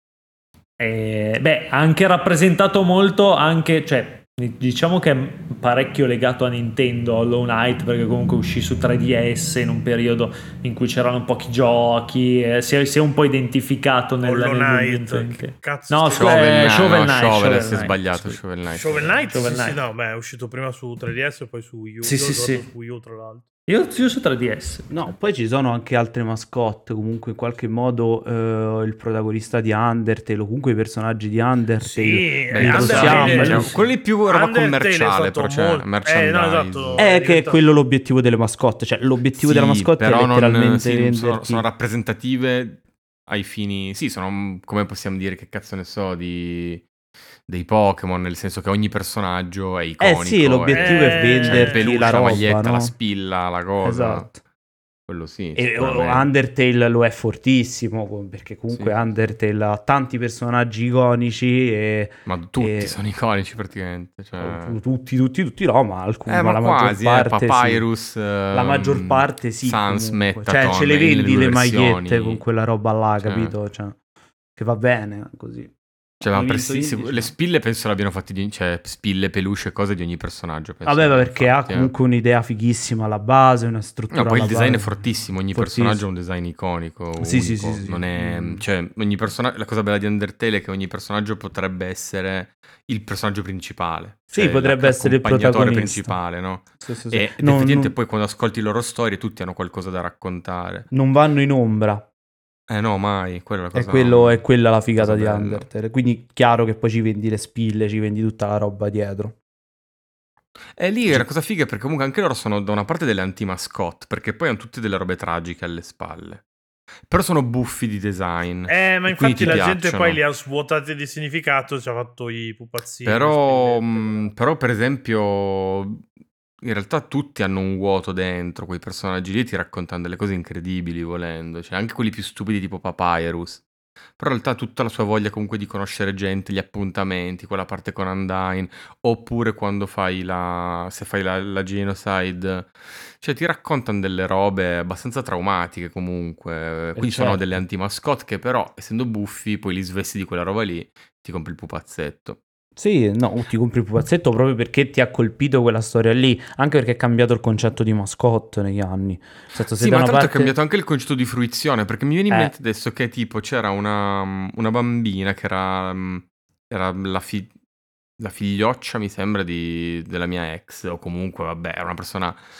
E, beh, ha anche rappresentato molto, anche, cioè, diciamo che è parecchio legato a Nintendo, Hollow Knight, perché comunque uscì su tre D S in un periodo in cui c'erano pochi giochi, eh, si, è, si è un po' identificato nel, Hollow nel Knight, momento in che che... cazzo No, stai- Shovel- Shovel Knight, Shovel no, Knight, Shovel, Shovel si è Knight, sbagliato, scusa. Shovel Knight. Shovel Knight, Shovel sì, sì, Knight. no, beh, è uscito prima su tre D S e poi su Wii U. Sì, Io sì, l'ho sì. giocato su Wii U, tra l'altro. Io, io su tre D S. No, poi ci sono anche altre mascotte. Comunque, in qualche modo, eh, il protagonista di Undertale, o comunque i personaggi di Undertale. Sì, Beh, li lo Undertale- siamo, possiamo- cioè, quello lì più roba Undertale è commerciale, stato però, cioè, molto- merchandise. eh, no, esatto. È che è diventato- quello l'obiettivo delle mascotte. Cioè, l'obiettivo Sì, della mascotte è però non- letteralmente sì, venderti. sono, sono rappresentative ai fini, sì, sono, come possiamo dire, che cazzo ne so, di dei Pokémon, nel senso che ogni personaggio è iconico. Eh sì, l'obiettivo eh, è c'è C'è il venderti peluche, la la roba, maglietta, no? la spilla, la cosa. Esatto. Quello sì. E o- sicuramente. Undertale lo è fortissimo, com- perché comunque Sì. Undertale ha tanti personaggi iconici e Ma tutti e- sono iconici praticamente. Cioè... tutti, tutti, tutti no, ma alcuni, Eh, ma ma la quasi, maggior eh, parte sì. Papyrus, La ehm, maggior parte sì, Sans, comunque. Mettaton, Cioè ce le nelle vendi due le versioni. magliette con quella roba là, Cioè. capito? Cioè, che va bene così. Cioè, ma Hai per vinto sì, sì, indice? le spille penso l'abbiano fatte di, cioè spille, peluche, cose di ogni personaggio. Penso Vabbè, ma l'abbiano perché ha fatte, eh. comunque un'idea fighissima alla base, una struttura No, poi il alla design è base. fortissimo, ogni Fortissimo. personaggio ha un design iconico. Sì, sì, unico. sì, sì. Non è, Mm. cioè, ogni personaggio, la cosa bella di Undertale è che ogni personaggio potrebbe essere il personaggio principale. Sì, cioè potrebbe essere il l'accompagnatore protagonista. principale, no? Sì, sì, sì. E Non- effettivamente non- poi quando ascolti le loro storie tutti hanno qualcosa da raccontare. non vanno in ombra. Eh no, mai, quella è la cosa. È, quello, è quella la figata cosa di bella. Undertale. Quindi chiaro che poi ci vendi le spille, ci vendi tutta la roba dietro. E lì la cosa figa è perché comunque anche loro sono da una parte delle anti-mascotte, perché poi hanno tutte delle robe tragiche alle spalle. Però sono buffi di design. Eh, ma e quindi infatti ti la gente piacciono. poi li ha svuotati di significato, ci ha fatto i pupazzini. Però, le spillette, mh, però, per esempio, in realtà tutti hanno un vuoto dentro, quei personaggi lì ti raccontano delle cose incredibili volendo, cioè anche quelli più stupidi tipo Papyrus. Però in realtà tutta la sua voglia comunque di conoscere gente, gli appuntamenti, quella parte con Undyne, oppure quando fai la, se fai la, la genocide, cioè ti raccontano delle robe abbastanza traumatiche comunque. Quindi sono certo. delle anti-mascotte che però, essendo buffi, poi li svesti di quella roba lì, ti compri il pupazzetto. Sì, no, ti compri il pupazzetto proprio perché ti ha colpito quella storia lì, anche perché è cambiato il concetto di mascotte negli anni. Nel senso, se Sì, da ma una tra l'altro parte... è cambiato anche il concetto di fruizione, perché mi viene in Eh. mente adesso che tipo c'era una, una bambina che era, mm, era la, fi- la figlioccia, mi sembra, di, della mia ex, o comunque, vabbè, era una persona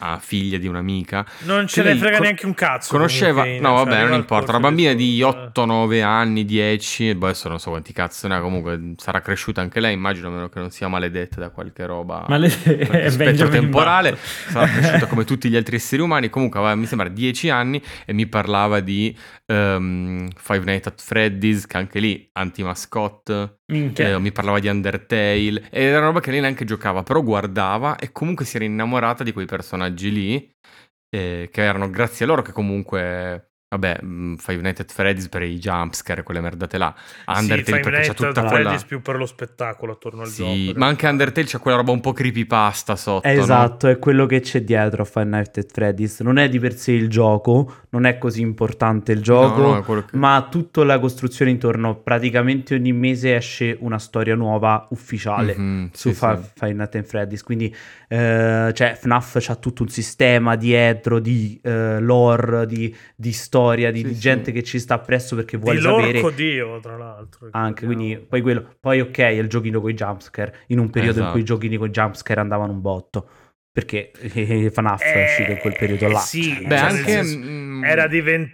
a figlia di un'amica. Non ce Che ne lei frega co- neanche un cazzo. Conosceva, comunque, no cioè, vabbè, arriva non al importa, una corso bambina di scuola. otto nove anni, dieci, boh, adesso non so quanti cazzo ne ha, comunque sarà cresciuta anche lei, immagino, a meno che non sia maledetta da qualche roba, Ma le... qualche spettro Benjamin temporale, Button. sarà cresciuta come tutti gli altri esseri umani, comunque aveva, mi sembra, dieci anni e mi parlava di ehm, Five Nights at Freddy's, che anche lì anti-mascotte. Minchia. Eh, mi parlava di Undertale ed era una roba che lei neanche giocava, però guardava e comunque si era innamorata di quei personaggi lì, eh, che erano grazie a loro che comunque, vabbè, mh, Five Nights at Freddy's per i jumpscare, quelle merdate là, Undertale sì, Five perché c'è Nights tutta at quella... Freddy's più per lo spettacolo attorno al Sì, gioco. ma anche Undertale c'è quella roba un po' creepypasta sotto, no? Esatto, è quello che c'è dietro a Five Nights at Freddy's. Non è di per sé il gioco, non è così importante il gioco, No, no, è quello che- ma tutta la costruzione intorno. Praticamente ogni mese esce una storia nuova ufficiale Mhm, su sì, Fi- sì. Five Nights at Freddy's. Quindi eh, cioè, F NAF c'ha tutto un sistema dietro di eh, lore, di, di storia, di, Sì, di sì. gente che ci sta appresso perché vuole Di sapere. l'orco Dio, tra l'altro. Anche, ricordiamo. quindi poi quello, poi ok, è il giochino con i jumpscare, in un periodo in cui i Esatto. giochini con i jumpscare andavano un botto, perché eh, FNAF è Eh, uscito in quel periodo là. sì, cioè, Beh, cioè, nel anche... senso, mm, era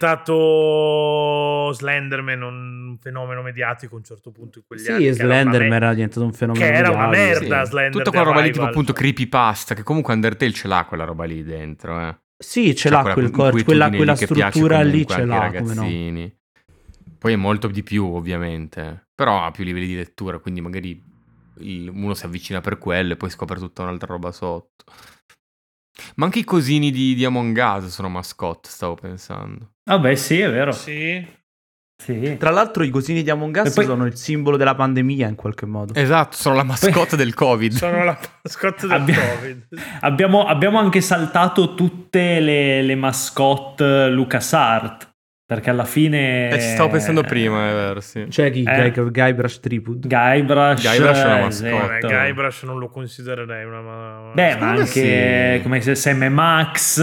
diventato Slenderman un fenomeno mediatico a un certo punto in quegli Sì, anni. che era una Slenderman me- era diventato un fenomeno che era una mediatico. merda, sì, Slender tutta quella roba lì tipo Revival, appunto cioè. creepypasta, che comunque Undertale ce l'ha quella roba lì dentro, eh. Sì, ce C'ha l'ha quella quel cor- inquietudine quella, lì quella che piace struttura lì comunque ce anche ai l'ha, come no. ragazzini. Poi è molto di più, ovviamente, però ha più livelli di lettura, quindi magari il- uno si avvicina per quello e poi scopre tutta un'altra roba sotto. Ma anche i cosini di, di Among Us sono mascotte, stavo pensando. Vabbè, sì, è vero. Sì. Sì. Tra l'altro i cosini di Among Us E poi- sono il simbolo della pandemia in qualche modo. Esatto, sono la mascotte del Covid. Sono la mascotte del Abbia- Covid. Abbiamo, abbiamo anche saltato tutte le, le mascotte LucasArts, perché alla fine... Eh, ci stavo pensando prima, è vero, sì. C'è chi? Eh. Guy- Guybrush Threepwood. Guybrush, Guybrush è una eh, mascotte. Vabbè, esatto. Guybrush non lo considererei una... ma- Beh, ma Secondo me anche sì. come se Sam e Max,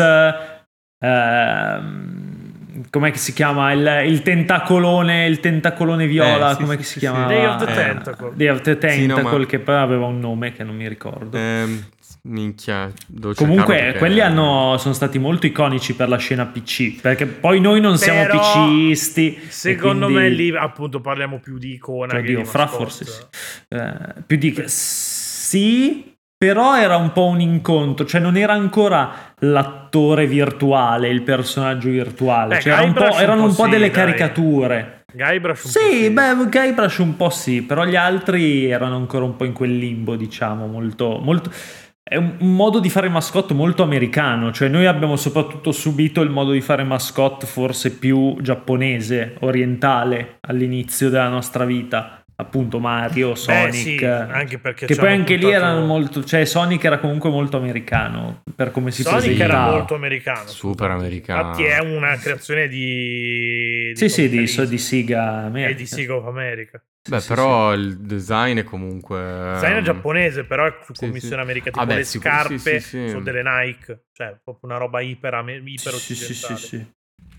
ehm, com'è che si chiama il, il tentacolone, il tentacolone viola, Eh, sì, com'è sì, che sì, si sì. chiama? Day of the Eh, Tentacle. Day of the Sì, no, Tentacle, ma- che poi aveva un nome che non mi ricordo. Ehm, minchia, devo cercarlo Comunque, perché- quelli hanno, sono stati molto iconici per la scena P C, perché poi noi non siamo Però, PCisti. e Secondo quindi- me lì appunto parliamo più di icona Cioè, che Dio, di fra mascotte. forse sì. Eh, più di sì, però era un po' un incontro, cioè non era ancora l'attore virtuale, il personaggio virtuale, Beh, cioè era un po', Guybrush un erano po' un po' sì, delle dai. caricature. Guybrush un po' Sì, beh, Guybrush un po' sì, però gli altri erano ancora un po' in quel limbo, diciamo, molto... molto... È un, un modo di fare mascotte molto americano, cioè noi abbiamo soprattutto subito il modo di fare mascotte forse più giapponese, orientale all'inizio della nostra vita, appunto Mario, Beh, Sonic, sì, anche perché che ci poi hanno anche lì puntato- erano molto, cioè Sonic era comunque molto americano per come si Sonic presentava. era molto americano. Super scusate. americano. Infatti è una creazione di... Sì, sì, di, commercialismo. di Siga E America. di Sega of America. Beh, sì, però il design è comunque... Design è ehm, giapponese, però è su sì, commissione sì. america. Tipo Vabbè, le sicuro- scarpe sì, sì, sì. sono delle Nike, cioè proprio una roba iper, ame- iper Sì, sì, sì, occidentale. sì, sì.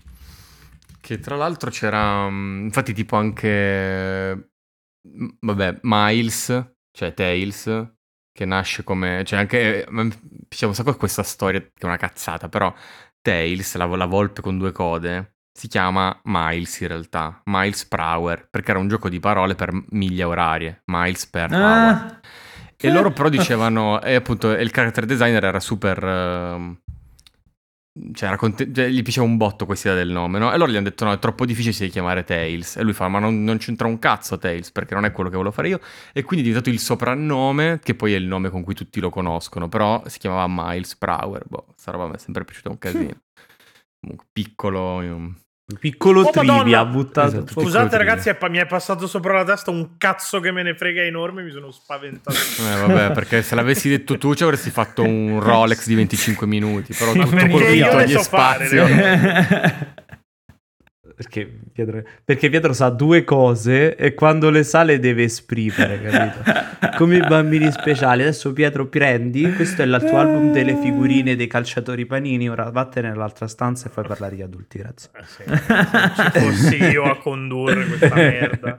Che tra l'altro c'era... mm, infatti tipo anche... mm, vabbè, Miles, cioè Tails, che nasce come... Cioè anche... ma mi piace un sacco questa storia, che è una cazzata, però Tails, la, la volpe con due code, si chiama Miles in realtà, Miles per hour, perché era un gioco di parole per miglia orarie, Miles per hour. Ah, E loro però dicevano, e appunto il character designer era super... ehm, cioè, era conte- cioè, gli piaceva un botto questa idea del nome, no? E allora gli hanno detto no, è troppo difficile si deve chiamare Tails. E lui fa, ma non, non c'entra un cazzo Tails, perché non è quello che volevo fare io. E quindi è diventato il soprannome, che poi è il nome con cui tutti lo conoscono, però si chiamava Miles Prower. Boh, sta roba mi è sempre piaciuta un casino. Comunque, piccolo... um, Piccolo Oh, trivia, Madonna! ha buttato. Esatto. piccolo Scusate trivia. ragazzi, è pa- mi è passato sopra la testa un cazzo che me ne frega enorme, mi sono spaventato. Eh, vabbè, perché se l'avessi detto tu ci avresti fatto un Rolex di venticinque minuti, però tutto Perché quello che io gli le toglie so fare, spazio... Perché Pietro, perché Pietro sa due cose e quando le sa le deve esprimere, capito? Come i bambini speciali. Adesso Pietro prendi, questo è il tuo album delle figurine dei calciatori panini, ora vattene nell'altra stanza e fai parlare gli adulti, grazie. Eh, sì, se ci fossi io a condurre questa merda.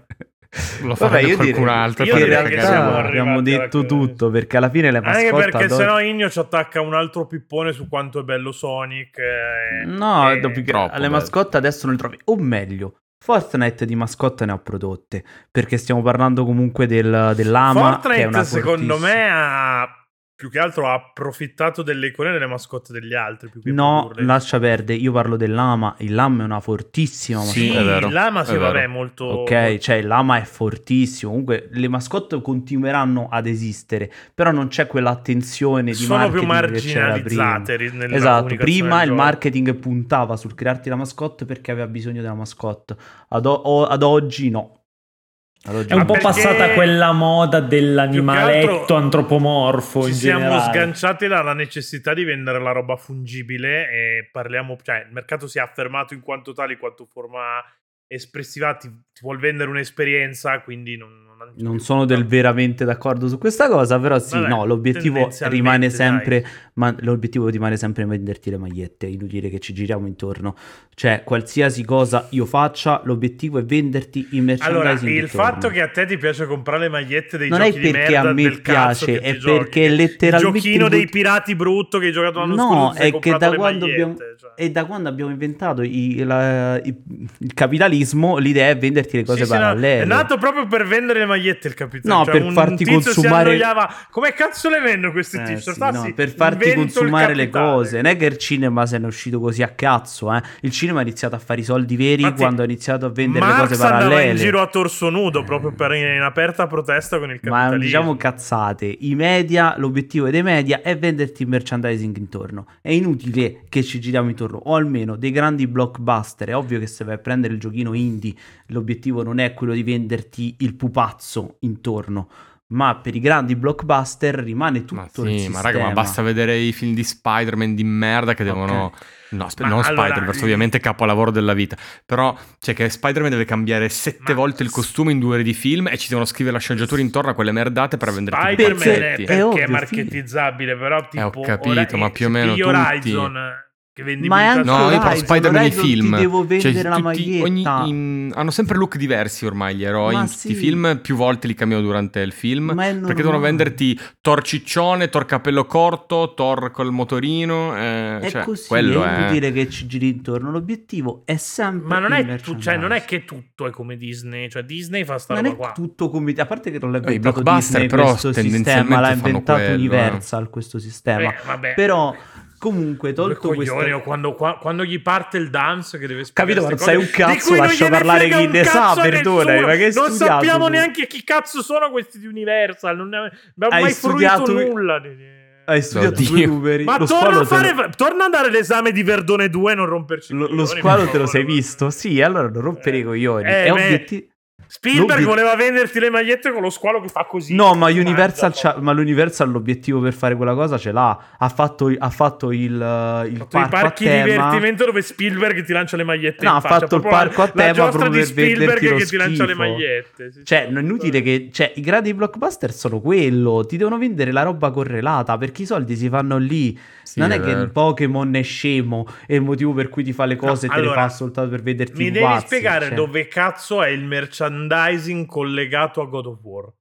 Lo Vabbè, farebbe io qualcun direi altro. io che in direi che realtà siamo abbiamo arrivati alla detto cosa. tutto, perché alla fine le Anche mascotte perché ad sennò oggi- Igno ci attacca un altro pippone su quanto è bello Sonic. eh, No, e- dopo che troppo alle bello. mascotte adesso non le trovi. O meglio, Fortnite di mascotte ne ha prodotte, perché stiamo parlando comunque del, dell'ama, che è una Fortnite secondo fortissima- me ha più che altro ha approfittato delle icone delle mascotte degli altri più che No, produrle. lascia perdere, io parlo del lama, il lama è una fortissima Sì, Sì, mascotte. è vero, l'ama sì, è vabbè, vero. molto Ok, molto- cioè il lama è fortissimo. Comunque le mascotte continueranno ad esistere, però non c'è quell'attenzione di sono più marketing che c'era prima. marginalizzate ri- nella Esatto, comunicazione prima del il gioco. marketing puntava sul crearti la mascotte perché aveva bisogno della mascotte. Ad, o- o- ad oggi no. Ad oggi È un Ma po' perché passata quella moda più dell'animaletto che altro antropomorfo ci in siamo generale. sganciati dalla necessità di vendere la roba fungibile e parliamo, cioè il mercato si è affermato in quanto tale, in quanto forma espressiva ti, ti vuol vendere un'esperienza, quindi non, non, Non sono del veramente d'accordo su questa cosa, però sì, Vabbè, no, l'obiettivo tendenzialmente, rimane sempre, dai. ma l'obiettivo rimane sempre venderti le magliette, è inutile che ci giriamo intorno. Cioè, qualsiasi cosa io faccia, l'obiettivo è venderti il Allora, merchandising il intorno. fatto che a te ti piace comprare le magliette dei Non è giochi di perché merda a me del cazzo piace, che ti è giochi, perché il letteralmente giochino il dei mot- pirati brutto che hai giocato l'anno scorso, No, ti sei è che comprato da le quando, magliette, abbiamo, cioè. è da quando abbiamo inventato i- la- i- il capitalismo, l'idea è venderti le cose Sì, sì, no, parallele. è nato proprio per vendere le magliette il capitano. No, cioè, per un farti tizio consumare- si annoiava. Come cazzo le vendo queste Eh, t-shirt? sì, Ah, no, sì, per farti invento il consumare le capitale. cose. Non è che il cinema se ne è uscito così a cazzo, eh. Il cinema ha iniziato a fare i soldi veri Infatti, quando ha iniziato a vendere Marx le cose andava parallele. in giro a torso nudo proprio per in aperta protesta con il Ma capitalismo. diciamo cazzate, i media, l'obiettivo dei media è venderti il merchandising intorno. È inutile che ci giriamo intorno, o almeno dei grandi blockbuster. È ovvio che se vai a prendere il giochino indie, l'obiettivo non è quello di venderti il pupazzo intorno. Ma per i grandi blockbuster rimane tutto Ma il sì, sistema. ma raga, ma basta vedere i film di Spider-Man di merda che devono... Ok. No, sp- Ma non allora- Spider-Verse, ovviamente capolavoro della vita. Però, cioè che Spider-Man deve cambiare sette Ma- volte il costume in due ore di film e ci devono scrivere la sceneggiatura intorno a quelle merdate per venderti i Spider-Man Perché- è pezzetti. è perché è, ovvio, marketizzabile, però tipo ho capito, ora- ma eh, più o se meno pigli tutti. Horizon che vendi Ma è anche No, io Horizon, parlo Spider-Man i Horizon film. ti devo vendere Cioè, la tutti- maglietta. ogni- in- hanno sempre look diversi ormai gli eroi. Ma In tutti sì. i film più volte li cambiano durante il film. Ma è Perché devono normale. venderti Thor ciccione, Thor capello corto, Thor col motorino. eh, È cioè, così, quello è è. inutile che ci giri intorno. L'obiettivo è sempre Ma non il è, tu- cioè, non è merchandise. che tutto è come Disney, cioè Disney fa sta Non roba è qua. tutto come... A parte che non l'ha Eh, i inventato blockbuster Disney però questo sistema, tendenzialmente l'ha fanno inventato quello, eh. Universal questo sistema. Eh, vabbè. Però comunque Due tolto coglioni, questo... o quando, qua- quando gli parte il dance che deve spiegare Capito, ma non queste sai cose, un di cazzo, cui non lascia gliene parlare frega chi un ne sa, cazzo a perdonami, nessuno. ma che hai non studiato sappiamo tu? neanche chi cazzo sono questi di Universal, non ne abbiamo Hai mai studiato- fruito nulla di- Hai studiato Oddio. due numeri. Ma lo torna squalo a, te lo- fare, torna a dare l'esame di Verdone due e non romperci i Lo, lo coglioni, squalo per te lo sei favore. visto? Sì, allora non rompere i coglioni. Eh, È beh, obiettivo... Spielberg L'obiet- voleva venderti le magliette con lo squalo che fa così. No, ma Mangia, Universal, porca. c'ha- ma l'Universal l'obiettivo per fare quella cosa ce l'ha. Ha fatto, ha fatto il, uh, il Fatto i parco a parchi di tema. divertimento dove Spielberg ti lancia le magliette No, in ha faccia. fatto il Proprio la- parco a la tema giostra proprio di per Spielberg venderti lo che ti lancia le schifo. magliette. Sì, Cioè, sì, non è inutile che... Cioè, i grandi blockbuster sono quello. Ti devono vendere la roba correlata, perché i soldi si fanno lì. Sì, non è, è che vero. il Pokémon è scemo e il motivo per cui ti fa le cose No, te allora, le fa soltanto per vederti Mi i devi pupazzi, spiegare cioè. dove cazzo è il merchandising collegato a God of War.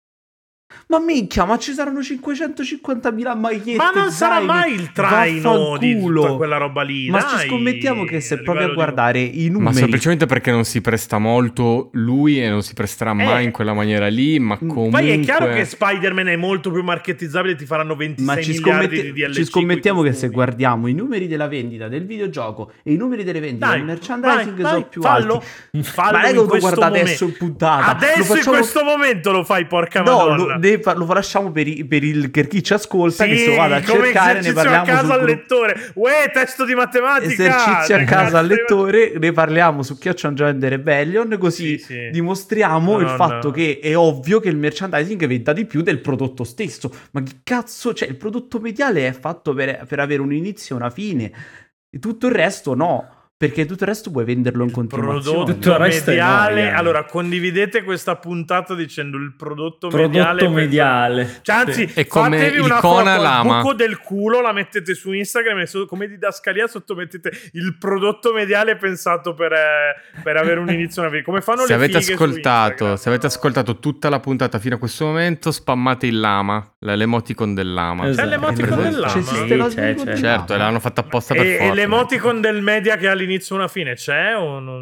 Ma minchia, ma ci saranno cinquecentocinquantamila magliette. Ma non sarà zaini, mai il traino di vaffanculo. tutta quella roba lì. Ma dai, ci scommettiamo che se a provi a livello di- guardare i Ma numeri... semplicemente perché non si presta molto lui e non si presterà mai Eh. in quella maniera lì, ma Mm, comunque... Poi è chiaro che Spider-Man è molto più marketizzabile, ti faranno ventisei Ma ci, miliardi scommette- di D L C. ci scommettiamo coi che se costumi. guardiamo i numeri della vendita del videogioco e i numeri delle vendite Dai, del merchandising vai, sono vai, più fallo, alti. fallo Ma non è che in lo questo guarda momento. adesso in puntata. Adesso Lo facciamo- in questo momento lo fai, porca No, madonna. lo, ne- lo lasciamo per, i- per il, per chi ci ascolta, Sì, che se lo vada a come cercare, ne esercizio parliamo a casa sul al gruppo. lettore. Uè, testo di matematica. Esercizi a Che casa cazzo al di- lettore, ne parliamo su Chioccia Angelo Rebellion, così Sì, sì. dimostriamo il No, fatto no. che è ovvio che il merchandising venda di più del prodotto stesso. Ma che cazzo, cioè il prodotto mediale è fatto per, per avere un inizio e una fine, e tutto il resto no. Perché tutto il resto puoi venderlo in continuazione. Prodotto Tutto il resto è mediale. noia. Allora, condividete questa puntata dicendo il prodotto, Prodotto mediale. mediale. Cioè, anzi, È come fatevi il una Kona foto al Lama. buco del culo, la mettete su Instagram e so- come didascalia sotto mettete il prodotto mediale pensato per, eh, per avere un inizio una vita. Come fanno Se le avete fighe su ascoltato, Instagram, se avete no? ascoltato tutta la puntata fino a questo momento, spammate il lama, l- l'emoticon del lama. Esatto. C'è l'emoticon Esatto. del lama? C'è esiste Sì, la- c'è, c'è. Certo, e l'hanno fatta apposta per E, forza. e l'emoticon del media che ha all'inizio una fine c'è o non?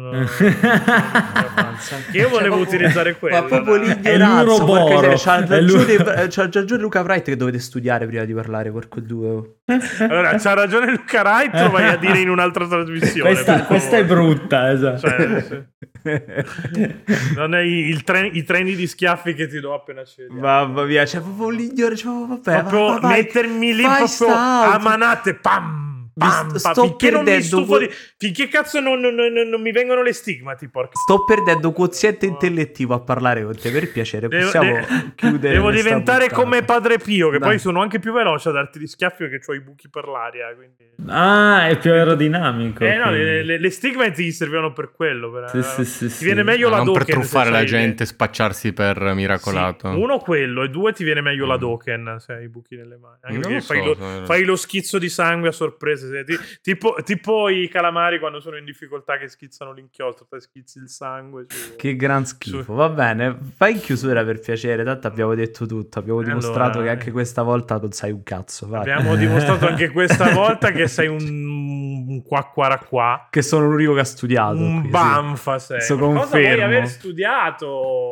Che io volevo utilizzare quello. Ma proprio dai. l'ignoranza, l'Uroboro. porca miseria, c'ha È l'Uro- ragione, c'ha ragione Luca Wright che dovete studiare prima di parlare, porco due. Allora, c'ha ragione Luca Wright, lo vai a dire in un'altra trasmissione. questa, per questa è favore. brutta, esatto. Cioè, sì. Non è il tren- i treni di schiaffi che ti do appena ci vediamo. Mamma mia, c'è proprio l'ignoranza, cioè, vabbè, Proprio va- vai, mettermi lì vai, proprio sta a out. manate, pam, pam, Vi st- pam, sto finché non mi perdendo stufo que- di... Finché cazzo non, non- non- non mi vengono le stigmati, porca. Sto perdendo quoziente intellettivo a parlare con te, per piacere, Devo, possiamo de- chiudere devo questa diventare puntata. come Padre Pio, che Dai. poi sono anche più veloce a darti gli schiaffi perché ho i buchi per l'aria. Quindi... Ah, è più aerodinamico. Eh no, quindi. le, le, le stigmati ti servivano per quello. Per, Sì, sì, sì, ti sì. viene meglio la non per Doken. truffare se la c'hai gente, le- spacciarsi per miracolato. Sì, uno quello e due ti viene meglio la Mm. Doken se hai i buchi nelle mani. Anche Non perché lo fai, so, lo, so- fai lo schizzo di sangue a sorpresa. se ti- tipo, tipo i calamari quando sono in difficoltà che schizzano l'inchiostro, te schizzi il sangue. Su... Che gran schifo, Su- va bene, fai in chiusura per piacere, tanto abbiamo detto tutto, abbiamo Allora, dimostrato che eh. anche questa volta non sai un cazzo, vai. Abbiamo dimostrato anche questa volta che sei un, un qua qua qua. Che sono l'unico che ha studiato. Un qui, sì. banfa sei. Questo Ma cosa vuoi confermo. aver studiato?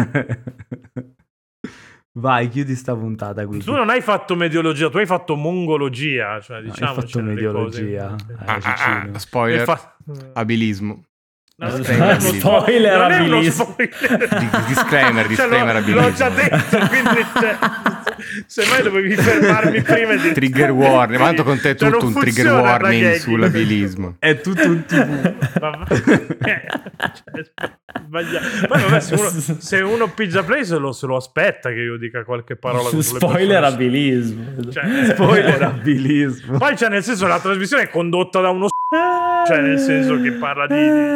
Vai, chiudi sta puntata qui. Tu non hai fatto mediologia, tu hai fatto mongologia. Cioè, hai diciamo, fatto mediologia. Eh, Ah, ah, Cicino. ah, spoiler, Hai fa- abilismo. No, non Disclaimer, è uno abilismo. Spoiler, non è uno abilismo. spoiler. Di- disclaimer, Cioè, disclaimer, l'ho, abilismo. l'ho già detto, quindi cioè, semmai dovevi fermarmi prima e dire Trigger warning, ma tanto con te è Cioè, tutto non un trigger funziona la warning gag. sull'abilismo. È tutto un tivù. Vabbè. Eh, cioè, sbagliato. Poi vabbè, se uno, se uno pigia play se lo, se lo aspetta che io dica qualche parola contro le Spoiler persone. abilismo. Cioè, Spoiler abilismo. Poi cioè nel senso la trasmissione è condotta da uno s***o, cioè nel senso che parla di,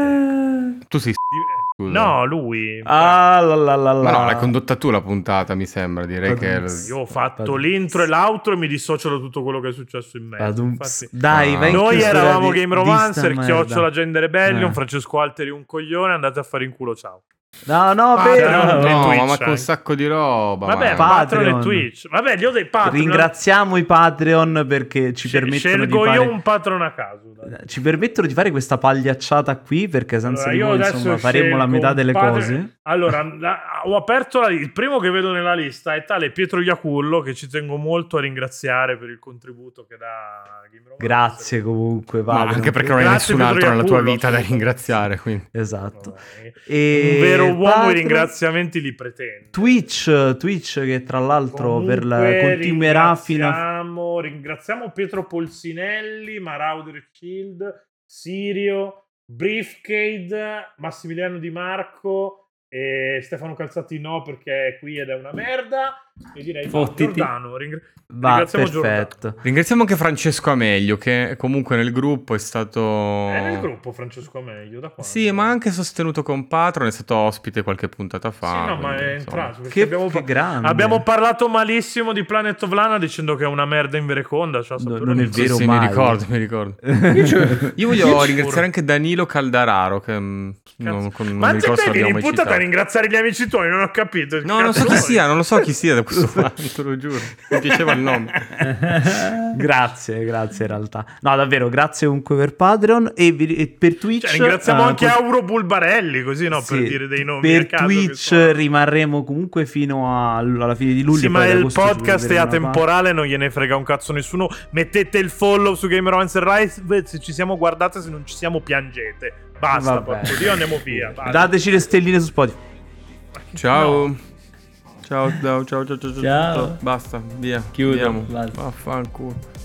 di- Tu sei di- scusa. no lui Ah, la la la la. Ma no, l'hai condotta tu la puntata, mi sembra. Direi che... io ho fatto Padum. l'intro e l'outro e mi dissocio da tutto quello che è successo in mezzo. Padum. Infatti, Dai, Ah. vai in noi chiusura eravamo di- Game di Romancer, sta chiocciola merda. Gen Rebellion, Eh. Francesco Alteri un coglione, andate a fare in culo, ciao. No, no, Ah, vero. no, No, Twitch, ma con eh. un sacco di roba. Vabbè, ma- Patreon e Patreon. Twitch. Vabbè, gli ho dei Patreon. Ringraziamo i Patreon perché ci Scel- permettono di Scelgo fare io un patron a caso. dai. ci permettono di fare questa pagliacciata qui perché senza Allora, di io voi adesso insomma faremmo la scelgo metà un delle padre- cose. Allora, la- ho aperto la lista. Il primo che vedo nella lista è tale Pietro Iacullo, che ci tengo molto a ringraziare per il contributo che dà a Game Romancer. Grazie comunque Ma Patreon. anche perché non hai Grazie, nessun Pietro altro nella tua Iacullo, vita da assolutamente. ringraziare. Quindi. Esatto. Vabbè. E Un vero uomo Patreon- i ringraziamenti li pretende. Twitch, Twitch che tra l'altro per la, Comunque, continuerà fino a ringraziamo, ringraziamo Pietro Polsinelli, Marauder Shield, Sirio, Briefcade, Massimiliano Di Marco e Stefano Calzati no perché è qui ed è una merda. E direi no, Fottiti. Giordano. Ringra- va ringraziamo Giordano. perfetto. Ringraziamo anche Francesco Ameglio, che comunque nel gruppo è stato... È nel gruppo Francesco Ameglio, da qua. Sì, ma ha anche sostenuto con Patreon, è stato ospite qualche puntata fa. Sì, no, ma quindi, è insomma. entrato. perché Che, abbiamo, che grande. abbiamo parlato malissimo di Planet of Lana dicendo che è una merda in vereconda. Cioè, No, sapere- non è Sì, vero sì, mai. mi ricordo, mi ricordo. Io voglio Io ringraziare giuro. anche Danilo Caldararo, che mm, non, con- non Ma mi te ricordo se vieni l'abbiamo in mai puntata a citato. ringraziare gli amici tuoi, non ho capito. No, non so chi sia, non lo so chi sia da questo fatto, te lo giuro. Mi piaceva il nome. Grazie, grazie in realtà. No, davvero, grazie comunque per Patreon e, vi- e per Twitch. Cioè, ringraziamo eh, anche cos- Auro Bulbarelli, così no, sì, per dire dei nomi. per a caso che Twitch sono- rimarremo comunque fino a- alla fine di luglio. Sì, poi ma ad il agosto ci podcast è vedremo una atemporale, non gliene frega un cazzo nessuno. Mettete il follow su Game Romancer Live. Se ci siamo guardate, se non ci siamo, piangete. Basta, Vabbè. porco Dio, andiamo via. parte. basta. Dateci le stelline su Spotify. Ciao. No. Ciao, ciao, ciao, ciao, ciao, ciao, Ciao. ciao. Basta, via. Chiudo, Andiamo. basta. Vaffanculo.